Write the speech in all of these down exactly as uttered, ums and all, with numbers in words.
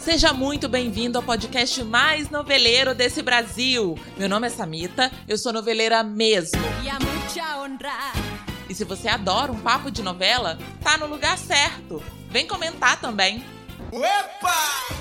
Seja muito bem-vindo ao podcast mais noveleiro desse Brasil. Meu nome é Samita, eu sou noveleira mesmo. E se você adora um papo de novela, tá no lugar certo. Vem comentar também. Opa!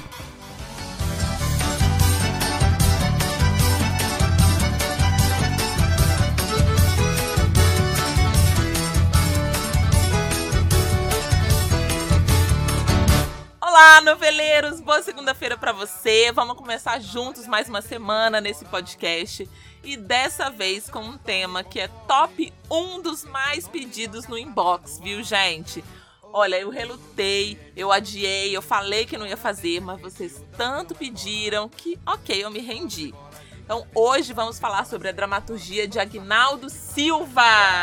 Olá, noveleiros! Boa segunda-feira pra você. Vamos começar juntos mais uma semana nesse podcast. E dessa vez com um tema que é top um dos mais pedidos no inbox, viu, gente? Olha, eu relutei, eu adiei, eu falei que não ia fazer, mas vocês tanto pediram que, ok, eu me rendi. Então, hoje vamos falar sobre a dramaturgia de Aguinaldo Silva.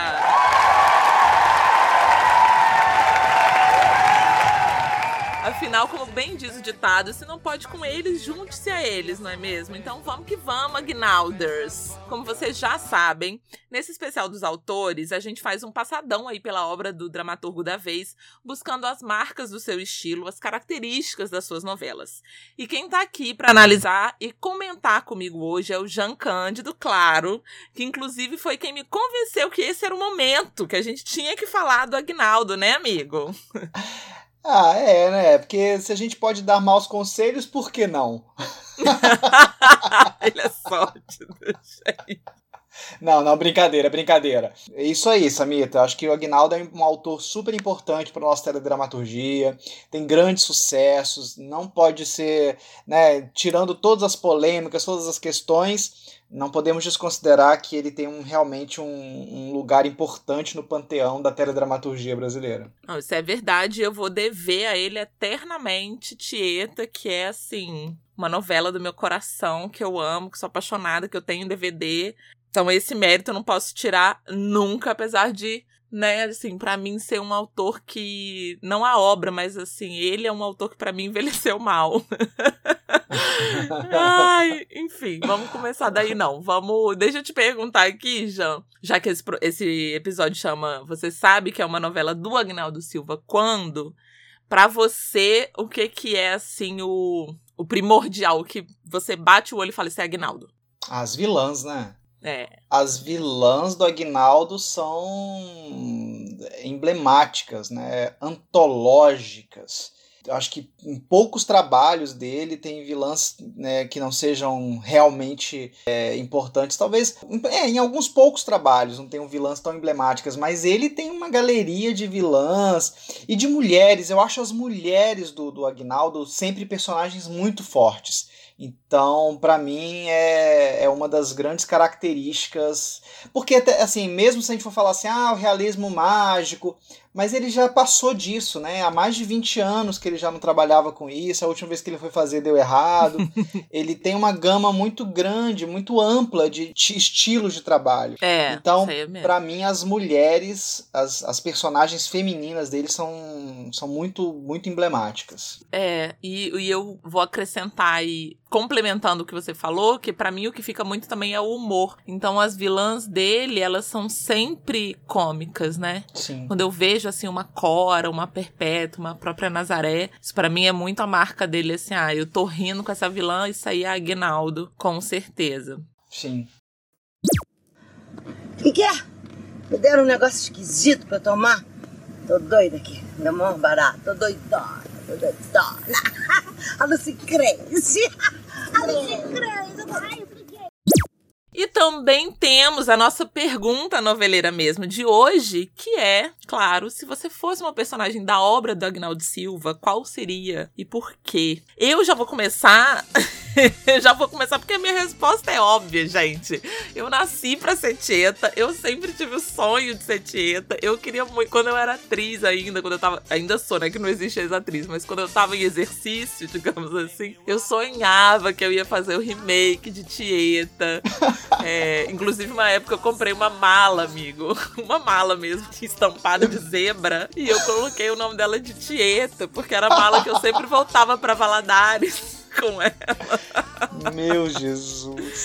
Afinal, como bem diz o ditado, se não pode com eles, junte-se a eles, não é mesmo? Então vamos que vamos, Aguinalders! Como vocês já sabem, nesse especial dos autores, a gente faz um passadão aí pela obra do dramaturgo da vez, buscando as marcas do seu estilo, as características das suas novelas. E quem tá aqui para analisar e comentar comigo hoje é o Jean Cândido, claro, que inclusive foi quem me convenceu que esse era o momento, que a gente tinha que falar do Aguinaldo, né, amigo? Ah, é, né? Porque se a gente pode dar maus conselhos, por que não? Ele é sórdido, gente. Não, não, brincadeira, brincadeira. É isso aí, Samita. Eu acho que o Aguinaldo é um autor super importante para a nossa teledramaturgia, tem grandes sucessos, não pode ser, né, tirando todas as polêmicas, todas as questões, não podemos desconsiderar que ele tem um, realmente um, um lugar importante no panteão da teledramaturgia brasileira. Não, isso é verdade, eu vou dever a ele eternamente Tieta, que é, assim, uma novela do meu coração, que eu amo, que sou apaixonada, que eu tenho em D V D. Então esse mérito eu não posso tirar nunca, apesar de, né, assim, pra mim ser um autor que, não a obra, mas assim, ele é um autor que pra mim envelheceu mal. Ai, enfim, vamos começar daí não, vamos, deixa eu te perguntar aqui, Jean, já que esse, esse episódio chama Você Sabe que é uma novela do Aguinaldo Silva, quando? Pra você, o que que é, assim, o, o primordial, o que você bate o olho e fala, isso é Aguinaldo? As vilãs, né? É. As vilãs do Aguinaldo são emblemáticas, né? Antológicas. Eu acho que em poucos trabalhos dele tem vilãs, né, que não sejam realmente é, importantes. Talvez é, em alguns poucos trabalhos não tenham vilãs tão emblemáticas, mas ele tem uma galeria de vilãs e de mulheres. Eu acho as mulheres do, do Aguinaldo sempre personagens muito fortes. Então, para mim, é, é uma das grandes características. Porque, assim, mesmo se a gente for falar assim, ah, o realismo mágico, mas ele já passou disso, né? Há mais de vinte anos que ele já não trabalhava com isso, a última vez que ele foi fazer deu errado. Ele tem uma gama muito grande, muito ampla de, de estilos de trabalho. É, então, para mim, as mulheres, as, as personagens femininas dele são, são muito, muito emblemáticas. É, e, e eu vou acrescentar aí, complementando o que você falou, que pra mim o que fica muito também é o humor. Então as vilãs dele, elas são sempre cômicas, né? Sim. Quando eu vejo, assim, uma Cora, uma Perpétua, uma própria Nazaré, isso pra mim é muito a marca dele, assim, ah, eu tô rindo com essa vilã, isso aí é Aguinaldo, com certeza. Sim. O que, que é? Me deram um negócio esquisito pra eu tomar? Tô doida aqui, meu mão barato, tô doidona, tô doidona. A Lucy Crazy. A Lucy Crazy. Ai, eu fiquei. E também temos a nossa pergunta noveleira mesmo de hoje, que é, claro, se você fosse uma personagem da obra do Aguinaldo Silva, qual seria e por quê? Eu já vou começar... já vou começar porque a minha resposta é óbvia, gente. Eu nasci pra ser Tieta, eu sempre tive o sonho de ser Tieta. Eu queria muito, quando eu era atriz ainda, quando eu tava... Ainda sou, né, que não existe ex-atriz, mas quando eu tava em exercício, digamos assim, eu sonhava que eu ia fazer o remake de Tieta. É, inclusive, uma época eu comprei uma mala, amigo. Uma mala mesmo, estampada de zebra. E eu coloquei o nome dela de Tieta, porque era a mala que eu sempre voltava pra Valadares com ela. Meu Jesus.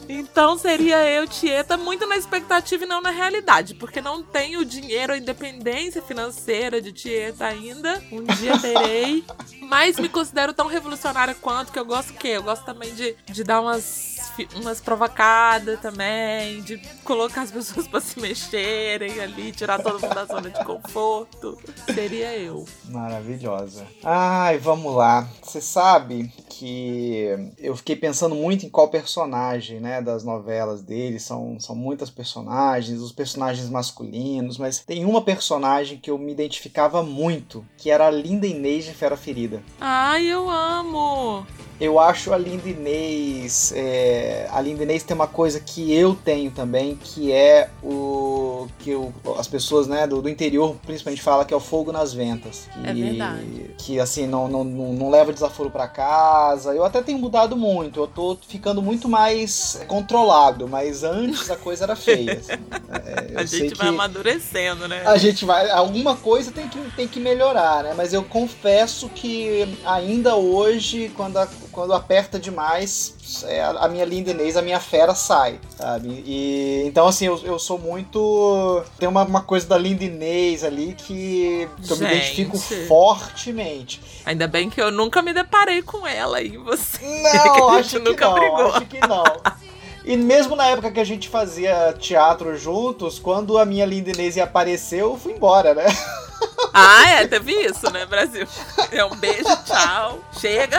Então seria eu, Tieta, muito na expectativa e não na realidade, porque não tenho dinheiro, a independência financeira de Tieta ainda. Um dia terei. Mas me considero tão revolucionária quanto, que eu gosto o quê? Eu gosto também de, de dar umas, umas provocadas também, de colocar as pessoas pra se mexerem ali, tirar todo mundo da zona de conforto. Seria eu. Maravilhosa. Ai, vamos lá. Você sabe que eu fiquei pensando muito em qual personagem, né, das novelas dele. São, são muitas personagens, os personagens masculinos, mas tem uma personagem que eu me identificava muito, que era a Linda Inês de Fera Ferida. Ai, eu amo! Eu acho a Linda Inês... É, a Linda Inês tem uma coisa que eu tenho também, que é o... que eu, as pessoas, né, do, do interior principalmente falam que é o fogo nas ventas. Que, é verdade. Que, assim, não, não, não leva desaforo pra casa. Eu até tenho mudado muito. Eu tô ficando muito mais controlado, mas antes a coisa era feia. Assim. É, a gente vai amadurecendo, né? A gente vai... Alguma coisa tem que, tem que melhorar, né? Mas eu confesso que ainda hoje, quando a quando aperta demais, é, a minha Linda Inês, a minha fera sai, sabe? E, então, assim, eu, eu sou muito... Tem uma, uma coisa da Linda Inês ali que, que eu me identifico fortemente. Ainda bem que eu nunca me deparei com ela aí, você. Não, acho que nunca não, brigou. acho que não. E mesmo na época que a gente fazia teatro juntos, quando a minha Linda Inês ia aparecer, eu fui embora, né? Ah, é, teve isso, né, Brasil? É um beijo, tchau, chega.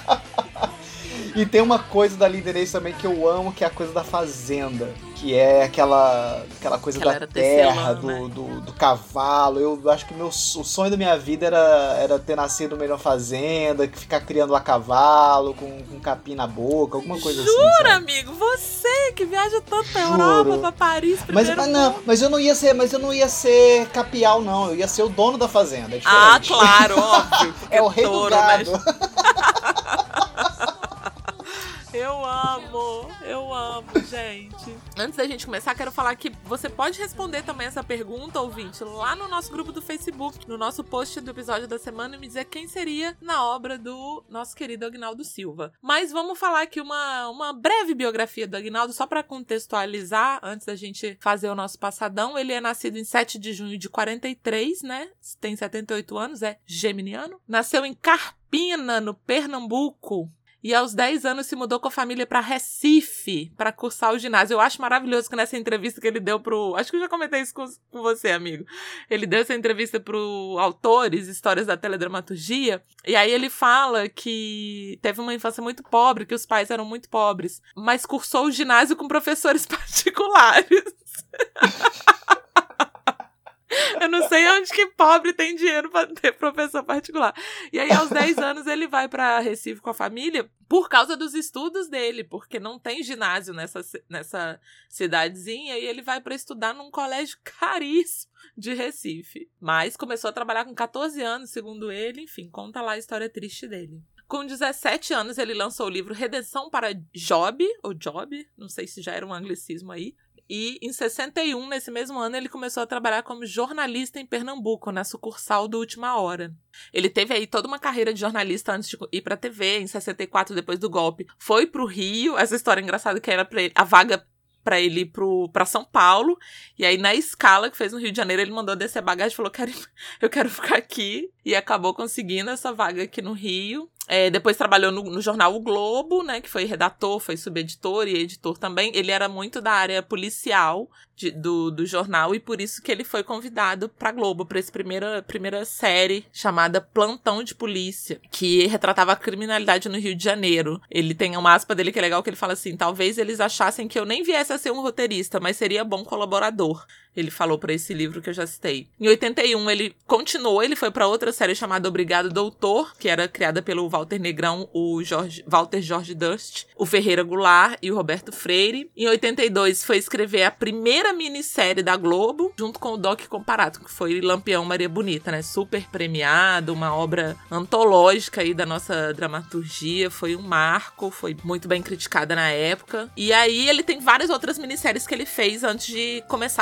E tem uma coisa da Linda Inês também que eu amo, que é a coisa da fazenda. Que é aquela, aquela coisa Ela da terra, tecelã, do, né? do, do cavalo. Eu acho que meu, o sonho da minha vida era, era ter nascido no meio de uma fazenda, ficar criando lá cavalo, com, com capim na boca, alguma coisa Jura, assim. Jura, amigo? Você que viaja tanto pra Juro. Europa, pra Paris, mas, primeiro mas não, mundo. mas eu não ia ser, mas eu não ia ser capial, não. Eu ia ser o dono da fazenda. É Ah, diferente. claro, óbvio. É o rei touro, do gado. Né? Eu amo, eu amo, gente. Antes da gente começar, quero falar que você pode responder também essa pergunta, ouvinte, lá no nosso grupo do Facebook, no nosso post do episódio da semana, e me dizer quem seria na obra do nosso querido Aguinaldo Silva. Mas vamos falar aqui uma, uma breve biografia do Aguinaldo, só para contextualizar, antes da gente fazer o nosso passadão. Ele é nascido em sete de junho de quarenta e três, né? Tem setenta e oito anos, é geminiano. Nasceu em Carpina, no Pernambuco. E aos dez anos se mudou com a família para Recife, para cursar o ginásio. Eu acho maravilhoso que nessa entrevista que ele deu pro... Acho que eu já comentei isso com, com você, amigo. Ele deu essa entrevista pro Autores, Histórias da Teledramaturgia. E aí ele fala que teve uma infância muito pobre, que os pais eram muito pobres. Mas cursou o ginásio com professores particulares. Eu não sei onde que pobre tem dinheiro pra ter professor particular. E aí, aos dez anos, ele vai pra Recife com a família por causa dos estudos dele, porque não tem ginásio nessa, nessa cidadezinha, e ele vai pra estudar num colégio caríssimo de Recife. Mas começou a trabalhar com catorze anos, segundo ele. Enfim, conta lá a história triste dele. Com dezessete anos, ele lançou o livro Redenção para Job, ou Job, não sei se já era um anglicismo aí. E em sessenta e um, nesse mesmo ano, ele começou a trabalhar como jornalista em Pernambuco, na sucursal do Última Hora. Ele teve aí toda uma carreira de jornalista antes de ir pra T V, em sessenta e quatro, depois do golpe. Foi pro Rio, essa história engraçada que era pra ele, a vaga pra ele ir pro, pra São Paulo. E aí, na escala que fez no Rio de Janeiro, ele mandou descer a bagagem e falou, quero, eu quero ficar aqui. E acabou conseguindo essa vaga aqui no Rio. É, depois trabalhou no, no jornal O Globo, né, que foi redator, foi subeditor e editor também. Ele era muito da área policial de, do, do jornal, e por isso que ele foi convidado pra Globo, pra essa primeira, primeira série chamada Plantão de Polícia, que retratava a criminalidade no Rio de Janeiro. Ele tem uma aspa dele que é legal, que ele fala assim, talvez eles achassem que eu nem viesse a ser um roteirista, mas seria bom colaborador. Ele falou pra esse livro que eu já citei. Em oitenta e um, ele continuou, ele foi pra outra série chamada Obrigado, Doutor, que era criada pelo Walter Negrão, o Jorge, Walter Jorge Dust, o Ferreira Goulart e o Roberto Freire. Em oitenta e dois, foi escrever a primeira minissérie da Globo, junto com o Doc Comparato, que foi Lampião Maria Bonita, né? Super premiado, uma obra antológica aí da nossa dramaturgia, foi um marco, foi muito bem criticada na época. E aí ele tem várias outras minisséries que ele fez antes de começar a fazer novela.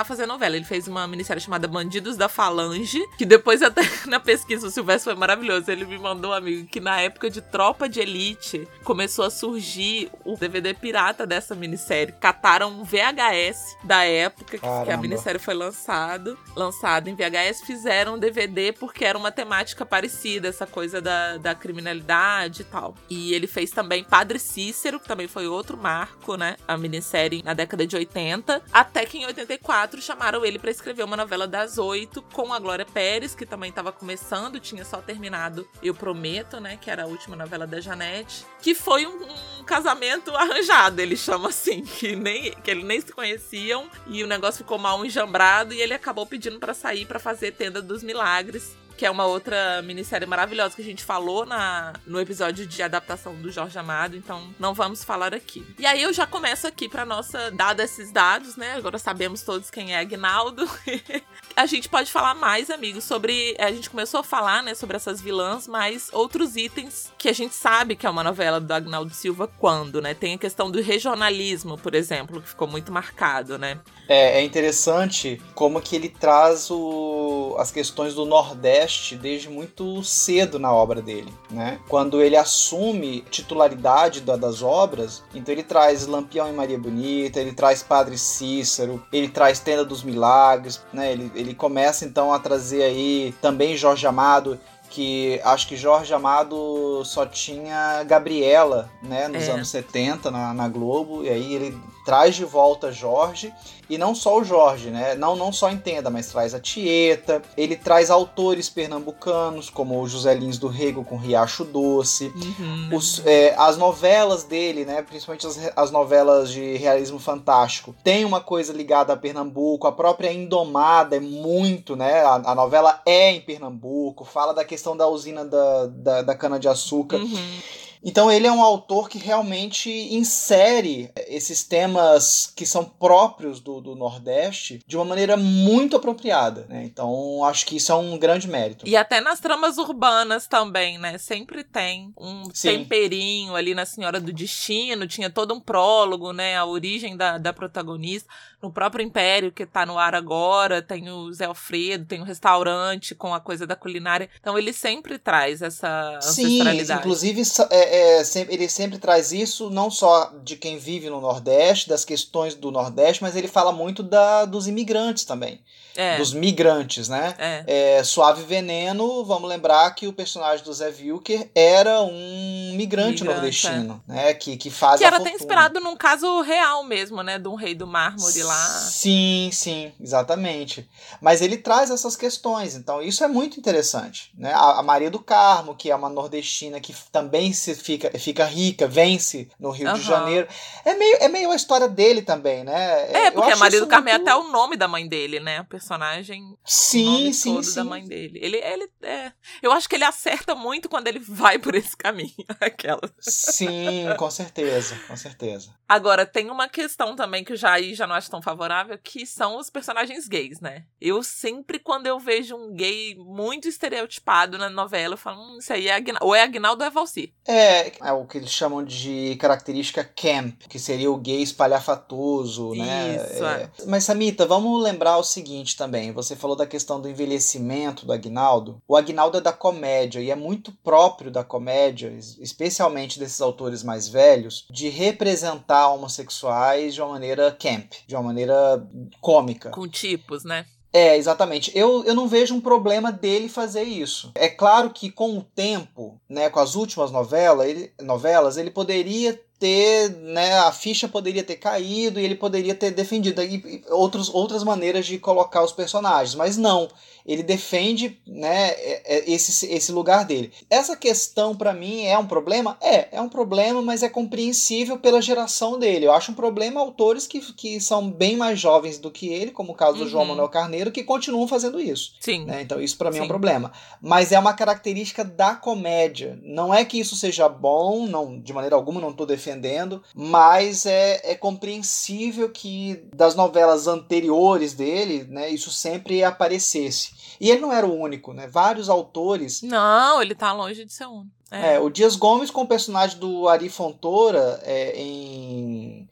novela. Ele fez uma minissérie chamada Bandidos da Falange, que depois até na pesquisa o Silvestre foi maravilhoso. Ele me mandou, um amigo, que na época de Tropa de Elite começou a surgir o D V D pirata dessa minissérie. Cataram um V H S da época que, que a minissérie foi lançado, lançado em V H S, fizeram um D V D porque era uma temática parecida, essa coisa da, da criminalidade e tal. E ele fez também Padre Cícero, que também foi outro marco, né? A minissérie na década de oitenta, até que em oitenta e quatro chamaram ele pra escrever uma novela das oito com a Glória Pérez, que também tava começando, tinha só terminado Eu Prometo, né? Que era a última novela da Janete, que foi um, um casamento arranjado, ele chama assim, que, nem, que eles nem se conheciam e o negócio ficou mal enjambrado e ele acabou pedindo pra sair pra fazer Tenda dos Milagres, que é uma outra minissérie maravilhosa que a gente falou na, no episódio de adaptação do Jorge Amado, então não vamos falar aqui. E aí eu já começo aqui pra nossa, dada esses dados, né, agora sabemos todos quem é Aguinaldo, a gente pode falar mais, amigos, sobre, a gente começou a falar, né, sobre essas vilãs, mas outros itens que a gente sabe que é uma novela do Aguinaldo Silva quando, né, tem a questão do regionalismo, por exemplo, que ficou muito marcado, né. É, é interessante como que ele traz o, as questões do Nordeste desde muito cedo na obra dele, né? Quando ele assume titularidade da, das obras, então ele traz Lampião e Maria Bonita, ele traz Padre Cícero, ele traz Tenda dos Milagres, né? Ele, ele começa então a trazer aí também Jorge Amado, que acho que Jorge Amado só tinha Gabriela, né, nos é. anos setenta na, na Globo, e aí ele traz de volta Jorge, e não só o Jorge, né, não, não só Entenda, mas traz a Tieta, ele traz autores pernambucanos, como o José Lins do Rego com Riacho Doce, uhum. Os, é, as novelas dele, né, principalmente as, as novelas de realismo fantástico, tem uma coisa ligada a Pernambuco, a própria Indomada é muito, né, a, a novela é em Pernambuco, fala da questão da usina da, da, da cana-de-açúcar. Uhum. Então ele é um autor que realmente insere esses temas que são próprios do, do Nordeste de uma maneira muito apropriada, né? Então acho que isso é um grande mérito. E até nas tramas urbanas também, né? Sempre tem um Sim. temperinho ali na Senhora do Destino, tinha todo um prólogo, né? A origem da, da protagonista. No próprio Império, que tá no ar agora, tem o Zé Alfredo, tem o restaurante com a coisa da culinária. Então ele sempre traz essa ancestralidade. Sim, inclusive é, é, sempre, ele sempre traz isso, não só de quem vive no Nordeste, das questões do Nordeste, mas ele fala muito da, dos imigrantes também. É. Dos migrantes, né? É. É, Suave Veneno, vamos lembrar que o personagem do Zé Wilker era um migrante, migrante nordestino, é. né? Que, que faz que a era fortuna. até inspirado num caso real mesmo, né? De um rei do mármore lá. Sim, sim, exatamente. Mas ele traz essas questões, então isso é muito interessante, né? A, a Maria do Carmo, que é uma nordestina que também se fica, fica rica, vence no Rio uhum. de Janeiro. É meio, é meio a história dele também, né? É, porque a Maria do Carmo muito... é até o nome da mãe dele, né? O personagem sim, o nome sim, todo sim. da mãe dele. Ele, ele é... Eu acho que ele acerta muito quando ele vai por esse caminho. Aquela. Sim, com certeza, com certeza. Agora, tem uma questão também que eu já, já não acho tão favorável, que são os personagens gays, né? Eu sempre, quando eu vejo um gay muito estereotipado na novela, eu falo, hum, isso aí é Aguinaldo. Ou é Aguinaldo ou é Valci. É, é o que eles chamam de característica camp, que seria o gay espalhafatoso, né? Isso, é. é. Mas, Samita, vamos lembrar o seguinte também. Você falou da questão do envelhecimento do Aguinaldo. O Aguinaldo é da comédia e é muito próprio da comédia, especialmente desses autores mais velhos, de representar homossexuais de uma maneira camp, de uma maneira cômica. Com tipos, né? É, exatamente. Eu, eu não vejo um problema dele fazer isso. É claro que com o tempo, né, com as últimas novelas, ele, novelas, ele poderia ter, né, a ficha poderia ter caído e ele poderia ter defendido e, e outros, outras maneiras de colocar os personagens, mas não. Ele defende, né, esse, esse lugar dele. Essa questão, para mim, é um problema? É, é um problema, mas é compreensível pela geração dele. Eu acho um problema autores que, que são bem mais jovens do que ele, como o caso do uhum. João Manuel Carneiro, que continuam fazendo isso. Sim. Né? Então isso, para mim, Sim. é um problema. Mas é uma característica da comédia. Não é que isso seja bom, não, de maneira alguma não estou defendendo, mas é, é compreensível que das novelas anteriores dele, né, isso sempre aparecesse. E ele não era o único, né? Vários autores... Não, ele tá longe de ser um. É. É, o Dias Gomes com o personagem do Ari Fontoura é, em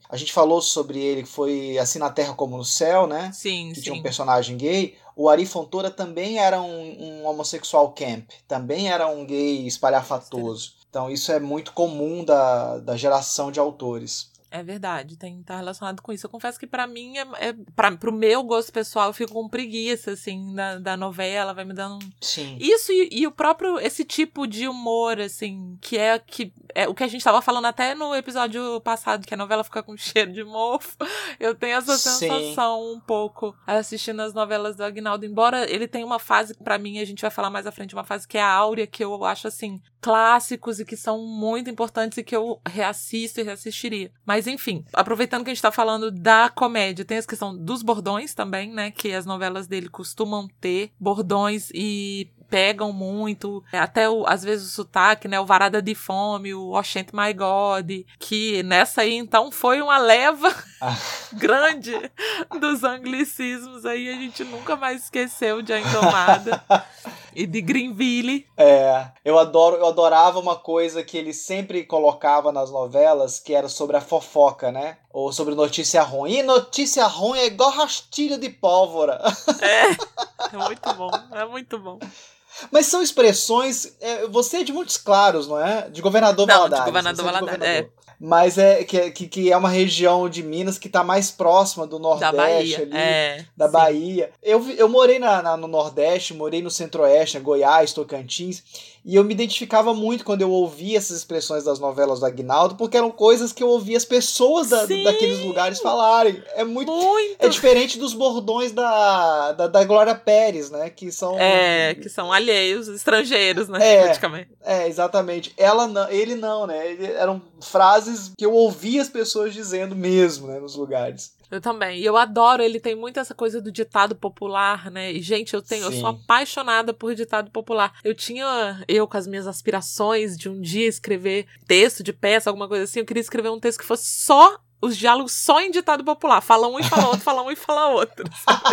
A gente falou sobre ele, que foi Assim na Terra como no Céu, né? Sim, que sim. tinha um personagem gay. O Ari Fontoura também era um, um homossexual camp. Também era um gay espalhafatoso. Então isso é muito comum da, da geração de autores. É verdade, tem tá relacionado com isso. Eu confesso que pra mim, é, é, pra, pro meu gosto pessoal, eu fico com preguiça, assim, da, da novela, vai me dando um... Sim. Isso e, e o próprio, esse tipo de humor, assim, que é, que é o que a gente tava falando até no episódio passado, que a novela fica com cheiro de mofo. Eu tenho essa sensação Sim. um pouco assistindo as novelas do Aguinaldo, embora ele tenha uma fase, pra mim, a gente vai falar mais à frente, uma fase que é a áurea, que eu acho, assim, clássicos e que são muito importantes e que eu reassisto e reassistiria. Mas, enfim, aproveitando que a gente tá falando da comédia, tem a questão dos bordões também, né? Que as novelas dele costumam ter bordões e pegam muito, até o, às vezes o sotaque, né, o Varada de Fome, o Oxente My God, que nessa aí então foi uma leva ah. grande dos anglicismos, aí a gente nunca mais esqueceu de A Indomada e de Greenville. É, eu adoro, eu adorava uma coisa que ele sempre colocava nas novelas, que era sobre a fofoca, né? Ou sobre notícia ruim. E notícia ruim é igual rastilho de pólvora. É, é muito bom, é muito bom. Mas são expressões... É, você é de Montes Claros, não é? De Governador não, Valadares. Não, de Governador Valadares, é. Mas é que, que, que é uma região de Minas que está mais próxima do Nordeste. Da Bahia, ali, é, da sim. Bahia. Eu, eu morei na, na, no Nordeste, morei no Centro-Oeste, Goiás, Tocantins, e eu me identificava muito quando eu ouvia essas expressões das novelas do Aguinaldo, porque eram coisas que eu ouvia as pessoas da, daqueles lugares falarem. É muito, muito. É diferente dos bordões da, da, da Glória Pérez, né? Que são... É, que são alheios, estrangeiros, né? É, praticamente. É, exatamente. Ela não, ele não, né? Ele, eram frases que eu ouvia as pessoas dizendo mesmo, né? Nos lugares. Eu também. E eu adoro, ele tem muito essa coisa do ditado popular, né? E, gente, eu tenho, Sim. eu sou apaixonada por ditado popular. Eu tinha, eu com as minhas aspirações de um dia escrever texto de peça, alguma coisa assim, eu queria escrever um texto que fosse só os diálogos só em ditado popular. Fala um e fala outro, fala um e fala outro.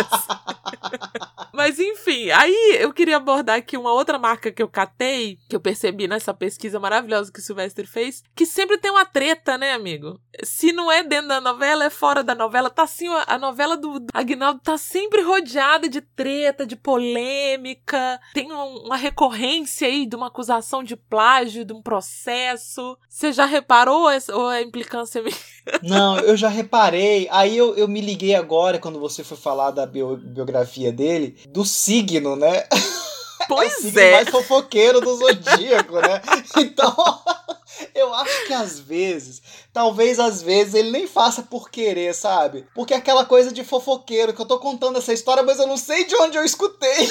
Mas, enfim, aí eu queria abordar aqui uma outra marca que eu catei, que eu percebi nessa pesquisa maravilhosa que o Silvestre fez, que sempre tem uma treta, né, amigo? Se não é dentro da novela, é fora da novela. Tá assim, a novela do Aguinaldo tá sempre rodeada de treta, de polêmica. Tem um, uma recorrência aí de uma acusação de plágio, de um processo. Você já reparou essa, ou é implicância minha? Não, eu já reparei. Aí eu, eu me liguei agora, quando você foi falar da bio, biografia dele, do signo, né? Pois é. O signo é. mais fofoqueiro do zodíaco, né? Então, eu acho que às vezes, talvez às vezes, ele nem faça por querer, sabe? Porque é aquela coisa de fofoqueiro, que eu tô contando essa história, mas eu não sei de onde eu escutei.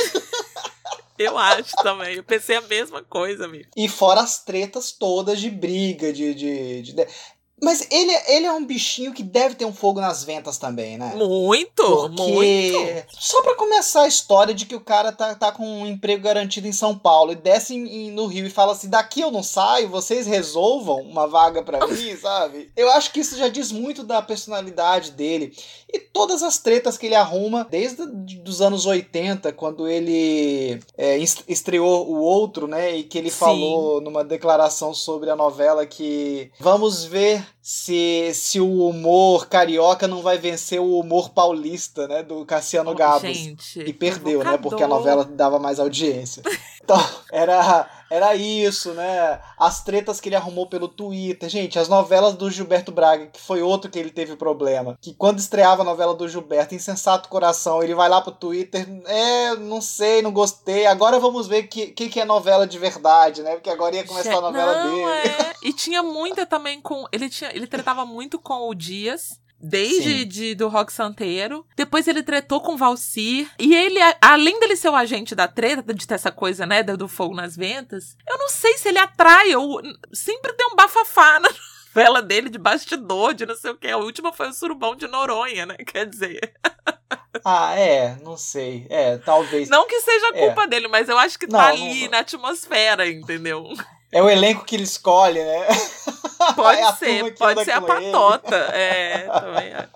Eu acho também, eu pensei a mesma coisa, amigo. E fora as tretas todas de briga, de... de, de... Mas ele, ele é um bichinho que deve ter um fogo nas ventas também, né? Muito, Porque... muito. Só pra começar a história de que o cara tá, tá com um emprego garantido em São Paulo e desce em, em, no Rio e fala assim, daqui eu não saio, vocês resolvam uma vaga pra mim, sabe? Eu acho que isso já diz muito da personalidade dele. E todas as tretas que ele arruma, desde os anos oitenta, quando ele é, estreou O Outro, né? E que ele Sim. falou numa declaração sobre a novela que vamos ver se, se o humor carioca não vai vencer o humor paulista, né? Do Cassiano oh, Gabos. Gente, e perdeu, provocador. né? Porque a novela dava mais audiência. Então, era... Era isso, né? As tretas que ele arrumou pelo Twitter. Gente, as novelas do Gilberto Braga, que foi outro que ele teve problema. Que quando estreava a novela do Gilberto, Insensato Coração, ele vai lá pro Twitter. É, não sei, não gostei. Agora vamos ver o que, que, que é novela de verdade, né? Porque agora ia começar a novela não, dele. É. E tinha muita também com... Ele, tinha, ele tretava muito com o Dias. Desde de, do Rock Santeiro. Depois ele tretou com o Valcir. E ele, além dele ser o agente da treta, de ter essa coisa, né, do fogo nas ventas, eu não sei se ele atrai ou... Sempre tem um bafafá na novela dele, de bastidor, de não sei o que. A última foi o Surubão de Noronha, né, quer dizer... Ah, é, não sei. É, talvez... Não que seja culpa é. dele, mas eu acho que não, tá ali não... na atmosfera, entendeu? É o elenco que ele escolhe, né? Pode é ser, pode ser a patota. É, também é.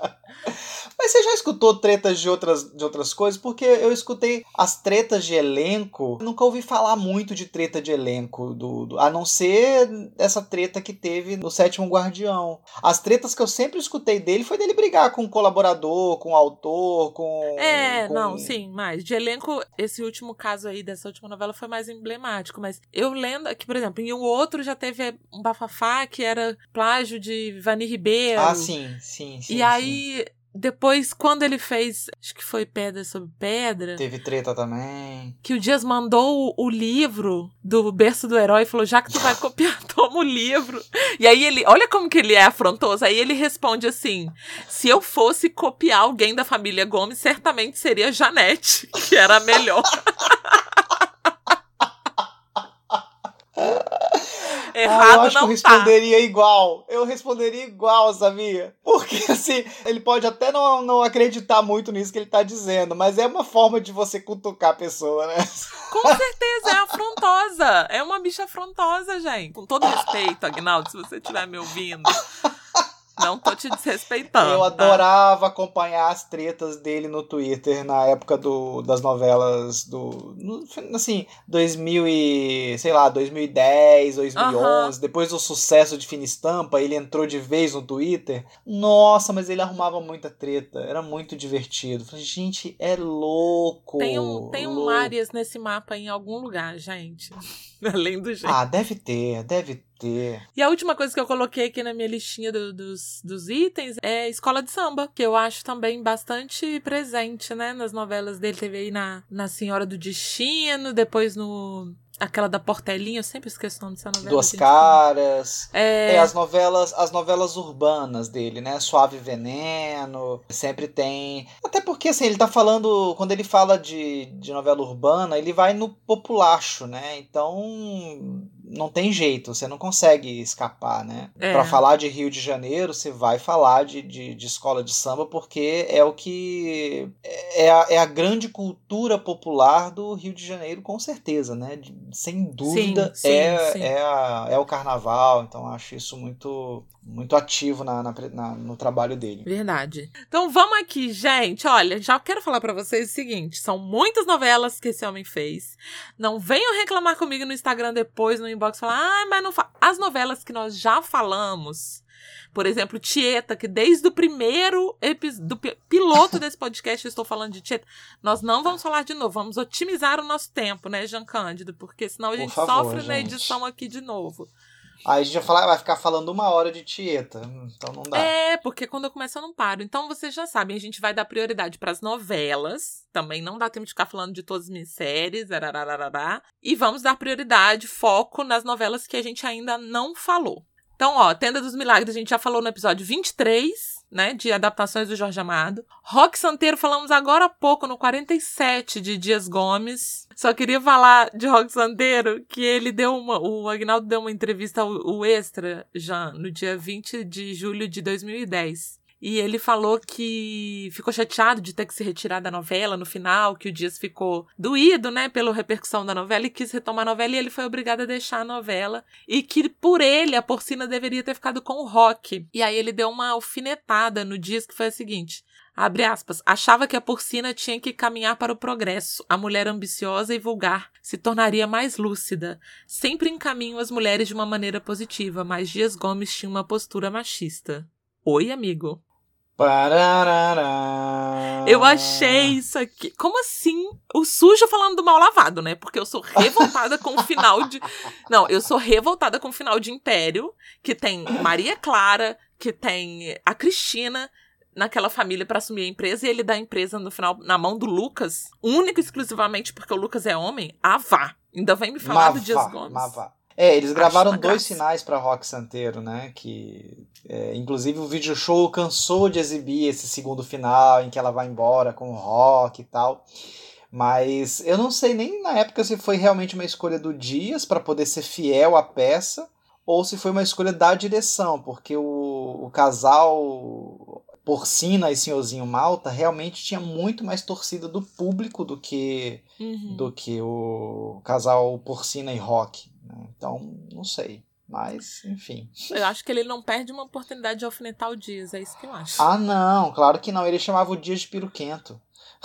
Mas você já escutou tretas de outras, de outras coisas? Porque eu escutei as tretas de elenco. Eu nunca ouvi falar muito de treta de elenco, do, do, a não ser essa treta que teve no Sétimo Guardião. As tretas que eu sempre escutei dele foi dele brigar com o colaborador, com o autor, com... É, com... não, sim, mas de elenco, esse último caso aí dessa última novela foi mais emblemático. Mas eu lendo que, por exemplo, em um outro já teve um bafafá que era plágio de Vani Ribeiro. Ah, sim, sim, sim. E sim. aí... Depois, quando ele fez, acho que foi Pedra sobre Pedra... Teve treta também. Que o Dias mandou o, o livro do Berço do Herói e falou, já que tu vai copiar, toma o livro. E aí ele, olha como que ele é afrontoso. Aí ele responde assim, se eu fosse copiar alguém da família Gomes, certamente seria Janete, que era a melhor. Errado ah, eu acho não que eu responderia tá. igual. Eu responderia igual, sabia? Porque, assim, ele pode até não, não acreditar muito nisso que ele tá dizendo, mas é uma forma de você cutucar a pessoa, né? Com certeza, é afrontosa. É uma bicha afrontosa, gente. Com todo respeito, Aguinaldo, se você estiver me ouvindo. Não tô te desrespeitando. Eu adorava tá? acompanhar as tretas dele no Twitter na época do, das novelas do. Assim, dois mil e. sei lá, dois mil e dez, dois mil e onze. Uhum. Depois do sucesso de Fina Estampa, ele entrou de vez no Twitter. Nossa, mas ele arrumava muita treta. Era muito divertido. Falei, gente, é louco. Tem um, tem um Arias nesse mapa em algum lugar, gente. Além do jeito. Ah, deve ter, deve ter. E a última coisa que eu coloquei aqui na minha listinha do, dos, dos itens é escola de samba, que eu acho também bastante presente, né, nas novelas dele. Teve aí na, na Senhora do Destino, depois no... aquela da Portelinha, eu sempre esqueço o nome dessa novela. Duas Caras. É... é as novelas, as novelas urbanas dele, né? Suave Veneno. Sempre tem. Até porque, assim, ele tá falando. Quando ele fala de, de novela urbana, ele vai no populacho, né? Então. Não tem jeito, você não consegue escapar, né? É. Pra falar de Rio de Janeiro, você vai falar de, de, de escola de samba, porque é o que... É a, é a grande cultura popular do Rio de Janeiro, com certeza, né? De, sem dúvida, sim, sim, é, sim. É, a, é o carnaval, então acho isso muito... muito ativo na, na, na, no trabalho dele. Verdade. Então vamos aqui, gente. Olha, já quero falar pra vocês o seguinte. São muitas novelas que esse homem fez. Não venham reclamar comigo no Instagram depois, no inbox, falar, ah, mas não fa... As novelas que nós já falamos, por exemplo, Tieta, que desde o primeiro episódio, do piloto desse podcast eu estou falando de Tieta, nós não vamos falar de novo, vamos otimizar o nosso tempo, né, Jean Cândido? Porque senão a gente favor, sofre gente. na edição aqui de novo. Aí a gente vai, falar, vai ficar falando uma hora de Tieta, então não dá. É, porque quando eu começo eu não paro. Então vocês já sabem, a gente vai dar prioridade para as novelas. Também não dá tempo de ficar falando de todas as minisséries. Arararará, e vamos dar prioridade, foco nas novelas que a gente ainda não falou. Então, ó, Tenda dos Milagres a gente já falou no episódio vinte e três, né, de adaptações do Jorge Amado. Roque Santeiro falamos agora há pouco, no quarenta e sete, de Dias Gomes. Só queria falar de Roque Santeiro, que ele deu uma... O Aguinaldo deu uma entrevista ao, ao Extra, já, no dia vinte de julho de dois mil e dez. E ele falou que ficou chateado de ter que se retirar da novela no final, que o Dias ficou doído, né, pela repercussão da novela e quis retomar a novela e ele foi obrigado a deixar a novela. E que, por ele, a Porcina deveria ter ficado com o Roque. E aí ele deu uma alfinetada no Dias, que foi a seguinte... Abre aspas, achava que a Porcina tinha que caminhar para o progresso. A mulher ambiciosa e vulgar se tornaria mais lúcida. Sempre encaminho as mulheres de uma maneira positiva, mas Dias Gomes tinha uma postura machista. Oi, amigo. Pararará. Eu achei isso aqui. Como assim? O sujo falando do mal lavado, né? Porque eu sou revoltada com o final de... Não, eu sou revoltada com o final de Império, que tem Maria Clara, que tem a Cristina... naquela família para assumir a empresa, e ele dá a empresa no final na mão do Lucas, único e exclusivamente porque o Lucas é homem. Ah, vá! Ainda vem me falar Mavá, do Dias Gomes. Mavá. É, eles gravaram dois graça. sinais para Roque Santeiro, né? Que, é, inclusive, o Video Show cansou de exibir esse segundo final, em que ela vai embora com o Roque e tal. Mas eu não sei nem na época se foi realmente uma escolha do Dias para poder ser fiel à peça, ou se foi uma escolha da direção, porque o, o casal Porcina e Senhorzinho Malta realmente tinha muito mais torcida do público do que, uhum. do que o casal Porcina e Roque. Né? Então, não sei. Mas, enfim. Eu acho que ele não perde uma oportunidade de alfinetar o Dias, é isso que eu acho. Ah, não, claro que não. Ele chamava o Dias de piruquento.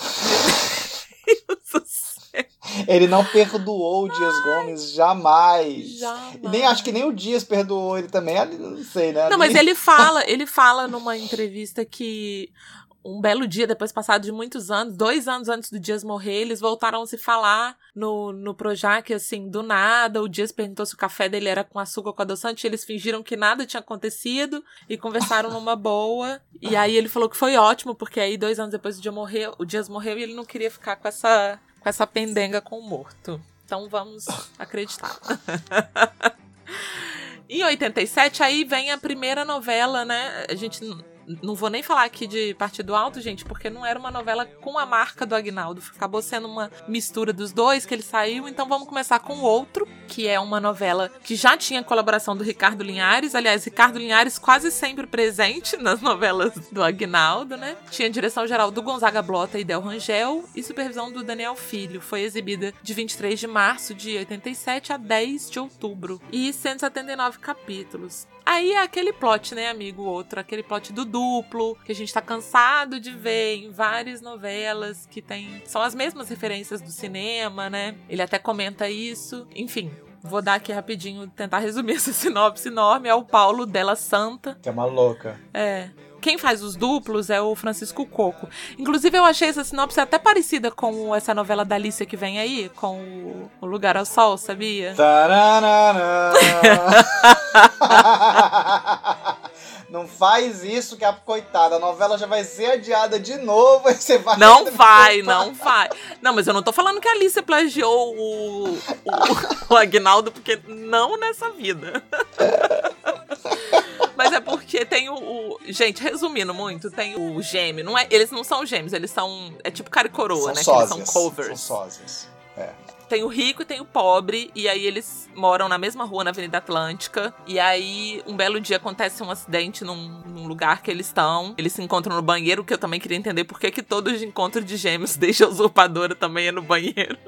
Ele não perdoou o Dias Gomes jamais. Jamais. E nem acho que nem o Dias perdoou ele também. Ali, não sei, né? Ali... Não, mas ele fala, ele fala numa entrevista que um belo dia, depois passado de muitos anos, dois anos antes do Dias morrer, eles voltaram a se falar no, no Projac, assim, do nada. O Dias perguntou se o café dele era com açúcar ou com adoçante, eles fingiram que nada tinha acontecido e conversaram numa boa. E aí ele falou que foi ótimo, porque aí dois anos depois do Dias morrer, o Dias morreu e ele não queria ficar com essa, com essa pendenga com o morto. Então vamos acreditar. Em oitenta e sete, aí vem a primeira novela, né? A gente... Não vou nem falar aqui de Partido Alto, gente, porque não era uma novela com a marca do Aguinaldo. Acabou sendo uma mistura dos dois que ele saiu. Então vamos começar com o Outro, que é uma novela que já tinha colaboração do Ricardo Linhares. Aliás, Ricardo Linhares quase sempre presente nas novelas do Aguinaldo, né? Tinha direção geral do Gonzaga Blota e Del Rangel e supervisão do Daniel Filho. Foi exibida de vinte e três de março de oitenta e sete a dez de outubro. E cento e setenta e nove capítulos. Aí é aquele plot, né, amigo? Outro, aquele plot do duplo, que a gente tá cansado de ver em várias novelas que tem... São as mesmas referências do cinema, né? Ele até comenta isso. Enfim, vou dar aqui rapidinho, tentar resumir essa sinopse enorme. É o Paulo Della Santa. Que é uma louca. É... Quem faz os duplos é o Francisco Coco. Inclusive, eu achei essa sinopse até parecida com essa novela da Alicia que vem aí, com o, o Lugar ao Sol, sabia? Não faz isso que a coitada, a novela já vai ser adiada de novo, aí você vai... Não vai, não vai. Não, mas eu não tô falando que a Alicia plagiou o, o, o Aguinaldo, porque não nessa vida. Mas é porque tem o, o... Gente, resumindo muito, tem o gêmeo. Não é, eles não são gêmeos, eles são... É tipo cara e coroa, são né? Sósias, que eles são covers. São sósias, é. Tem o rico e tem o pobre, e aí eles moram na mesma rua, na Avenida Atlântica. E aí, um belo dia, acontece um acidente num, num lugar que eles estão. Eles se encontram no banheiro, que eu também queria entender por que que todo encontro de gêmeos desde a usurpadora também é no banheiro.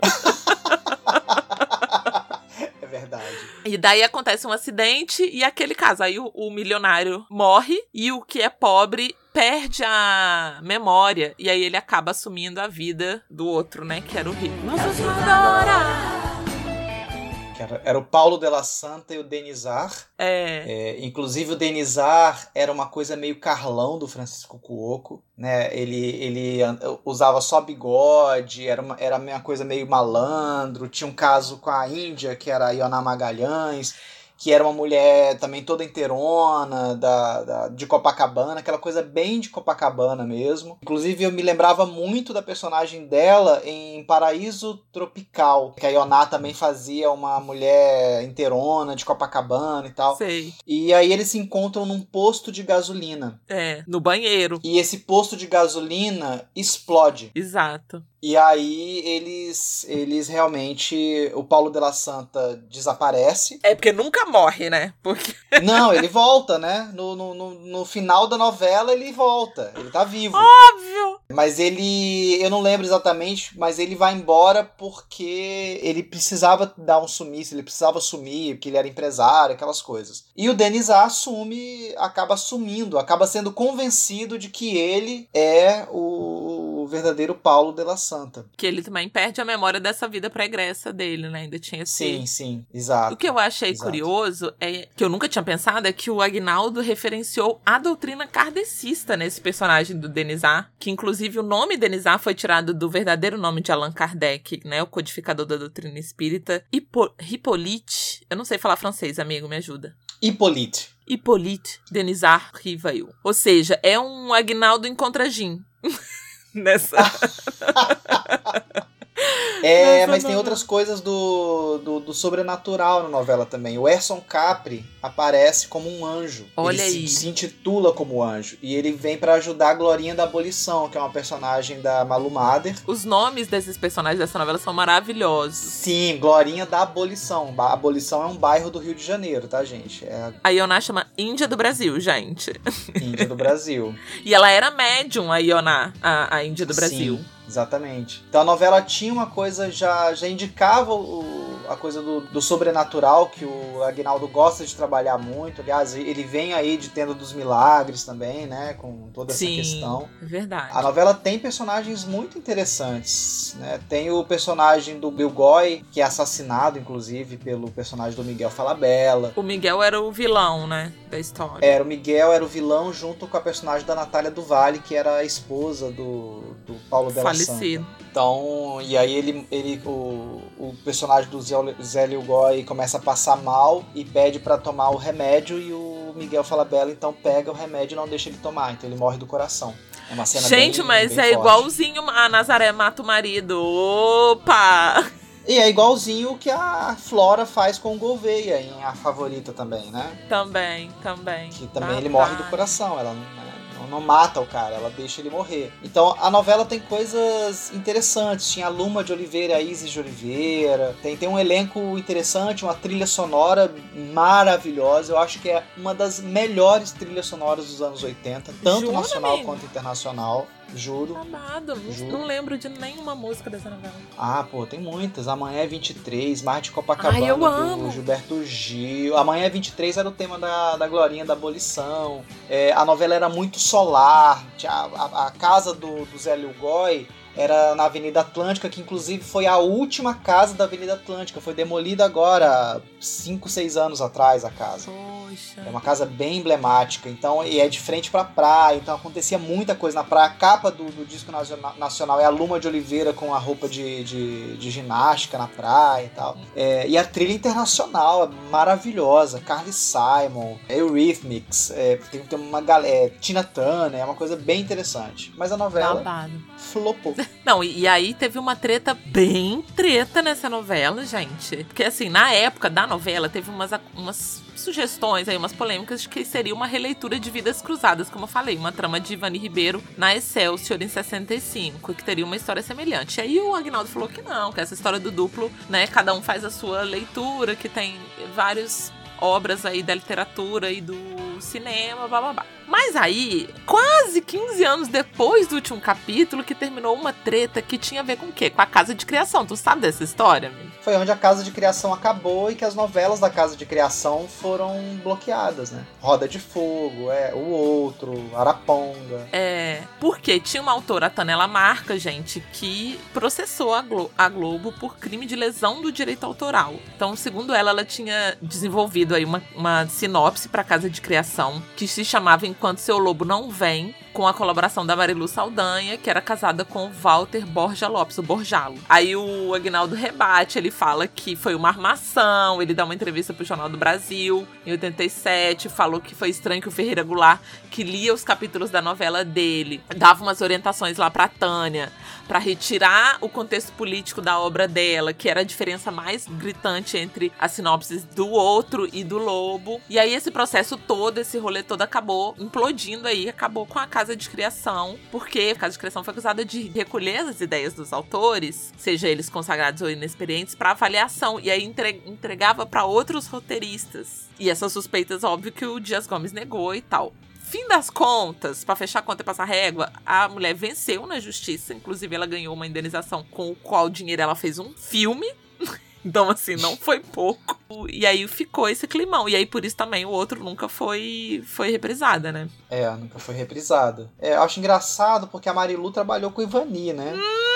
Verdade. E daí acontece um acidente e aquele caso. Aí o, o milionário morre e o que é pobre perde a memória. E aí ele acaba assumindo a vida do outro, né? Que era o rico. Nossa Senhora! Que era, era o Paulo Della Santa e o Denizar. É. é. Inclusive o Denizar era uma coisa meio Carlão do Francisco Cuoco, né? Ele, ele usava só bigode, era uma, era uma coisa meio malandro. Tinha um caso com a Índia, que era a Ioná Magalhães, que era uma mulher também toda inteirona, da, da, de Copacabana, aquela coisa bem de Copacabana mesmo. Inclusive, eu me lembrava muito da personagem dela em Paraíso Tropical, que a Ioná também fazia uma mulher inteirona de Copacabana e tal. Sei. E aí eles se encontram num posto de gasolina. É, no banheiro. E esse posto de gasolina explode. Exato. E aí eles, eles realmente... O Paulo Della Santa desaparece. É porque nunca morre, né? Porque... Não, ele volta, né? No, no, no, no final da novela ele volta. Ele tá vivo. Óbvio! Mas ele... Eu não lembro exatamente, mas ele vai embora porque ele precisava dar um sumiço, ele precisava sumir, porque ele era empresário, aquelas coisas. E o Denizar assume, acaba assumindo, acaba sendo convencido de que ele é o verdadeiro Paulo Della Santa. Que ele também perde a memória dessa vida pregressa dele, né? Ainda tinha esse... Sim, sim, exato. O que eu achei exato. curioso, é que eu nunca tinha pensado, é que o Aguinaldo referenciou a doutrina kardecista nesse personagem do Denizar, que inclusive o nome Denizar foi tirado do verdadeiro nome de Allan Kardec, né? O codificador da doutrina espírita. Hipo- Hippolyte, eu não sei falar francês, amigo, me ajuda. Hippolyte. Hippolyte Denizar Rivail. Ou seja, é um Aguinaldo em contragin. Nessa... É, Nessa mas tem novela. outras coisas do, do, do sobrenatural na novela também. O Erson Capri aparece como um anjo. Olha ele aí. Se, se intitula como anjo. E ele vem pra ajudar a Glorinha da Abolição, que é uma personagem da Malu Mader. Os nomes desses personagens dessa novela são maravilhosos. Sim, Glorinha da Abolição. A Abolição é um bairro do Rio de Janeiro, tá, gente? É A Ioná chama Índia do Brasil, gente. a Índia do Brasil. E ela era médium, a Ioná, a, a Índia do Brasil. Sim, exatamente. Então a novela tinha uma coisa, já, já indicava o, a coisa do, do sobrenatural, que o Aguinaldo gosta de trabalhar muito. Aliás, ele vem aí de Tenda dos Milagres também, né? Com toda essa Sim, questão. É verdade. A novela tem personagens muito interessantes, né? Tem o personagem do Bill Goy, que é assassinado, inclusive, pelo personagem do Miguel Falabella. O Miguel era o vilão, né? Da história. Era, o Miguel era o vilão junto com a personagem da Natália do Vale, que era a esposa do, do Paulo Della Falecido. Santa. Então, e aí ele, ele o, o personagem do Zé, Zé Lilgoy começa a passar mal e pede pra tomar o remédio, e o Miguel Falabella então pega o remédio e não deixa ele tomar, então ele morre do coração. É uma cena Gente, bem, mas bem é forte. igualzinho a Nazaré mata o marido. Opa! E é igualzinho o que a Flora faz com o Gouveia em A Favorita também, né? Também, também. Que também Ah, ele morre tá. do coração, ela não, não, não mata o cara, ela deixa ele morrer. Então a novela tem coisas interessantes, tinha a Luma de Oliveira, a Isis de Oliveira, tem, tem um elenco interessante, uma trilha sonora maravilhosa, eu acho que é uma das melhores trilhas sonoras dos anos oitenta, tanto Jura, nacional amigo? quanto internacional. Juro. Amado, não, Juro. não lembro de nenhuma música dessa novela. Ah, pô, tem muitas. Amanhã é vinte e três, Mar de Copacabana, Ai, eu do amo. Gilberto Gil. Amanhã é vinte e três era o tema da, da Glorinha da Abolição. É, a novela era muito solar. Tinha a, a, a casa do, do Zé Lilgoy era na Avenida Atlântica, que inclusive foi a última casa da Avenida Atlântica. Foi demolida agora, cinco, seis anos atrás, a casa. Poxa. É uma casa bem emblemática, então, e é de frente pra praia, então acontecia muita coisa na praia. A capa do, do disco nacional é a Luma de Oliveira com a roupa de, de, de ginástica na praia e tal. É, e a trilha internacional é maravilhosa, Carly Simon, Eurythmics, é, tem, tem uma galera, é, Tina Turner, é uma coisa bem interessante. Mas a novela Babado. flopou. Não, e, e aí teve uma treta bem treta nessa novela, gente. Porque assim, na época da novela, teve umas, umas sugestões aí, umas polêmicas de que seria uma releitura de Vidas Cruzadas, como eu falei, uma trama de Ivani Ribeiro na Excelsior em sessenta e cinco, que teria uma história semelhante. E aí o Aguinaldo falou que não, que essa história do duplo, né, cada um faz a sua leitura, que tem várias obras aí da literatura e do cinema, blá blá blá. Mas aí, quase quinze anos depois do último capítulo, que terminou uma treta que tinha a ver com o quê? Com a casa de criação. Tu sabe dessa história, amigo? Foi onde a Casa de Criação acabou e que as novelas da Casa de Criação foram bloqueadas, né? Roda de Fogo, é, O Outro, Araponga. É, porque tinha uma autora, a Tanela Marca, gente, que processou a, Glo- a Globo por crime de lesão do direito autoral. Então, segundo ela, ela tinha desenvolvido aí uma, uma sinopse para a Casa de Criação, que se chamava Enquanto Seu Lobo Não Vem, com a colaboração da Marilu Saldanha, que era casada com o Walter Borja Lopes, o Borjalo. Aí o Aguinaldo rebate, ele fala que foi uma armação, ele dá uma entrevista pro Jornal do Brasil, em oitenta e sete, falou que foi estranho que o Ferreira Goulart, que lia os capítulos da novela dele, dava umas orientações lá pra Tânia, pra retirar o contexto político da obra dela, que era a diferença mais gritante entre as sinopses do Outro e do Lobo. E aí esse processo todo, esse rolê todo acabou implodindo aí, acabou com a Casa de Criação, porque a Casa de Criação foi acusada de recolher as ideias dos autores, seja eles consagrados ou inexperientes, para avaliação, e aí entre- entregava para outros roteiristas. E essas suspeitas, óbvio, que o Dias Gomes negou e tal. Fim das contas, pra fechar a conta e passar régua, a mulher venceu na justiça, inclusive ela ganhou uma indenização com o qual dinheiro ela fez um filme. Então, assim, não foi pouco. E aí ficou esse climão. E aí, por isso também, o Outro nunca foi, foi reprisada, né? É, nunca foi reprisada. É, eu acho engraçado porque a Marilu trabalhou com o Ivani, né?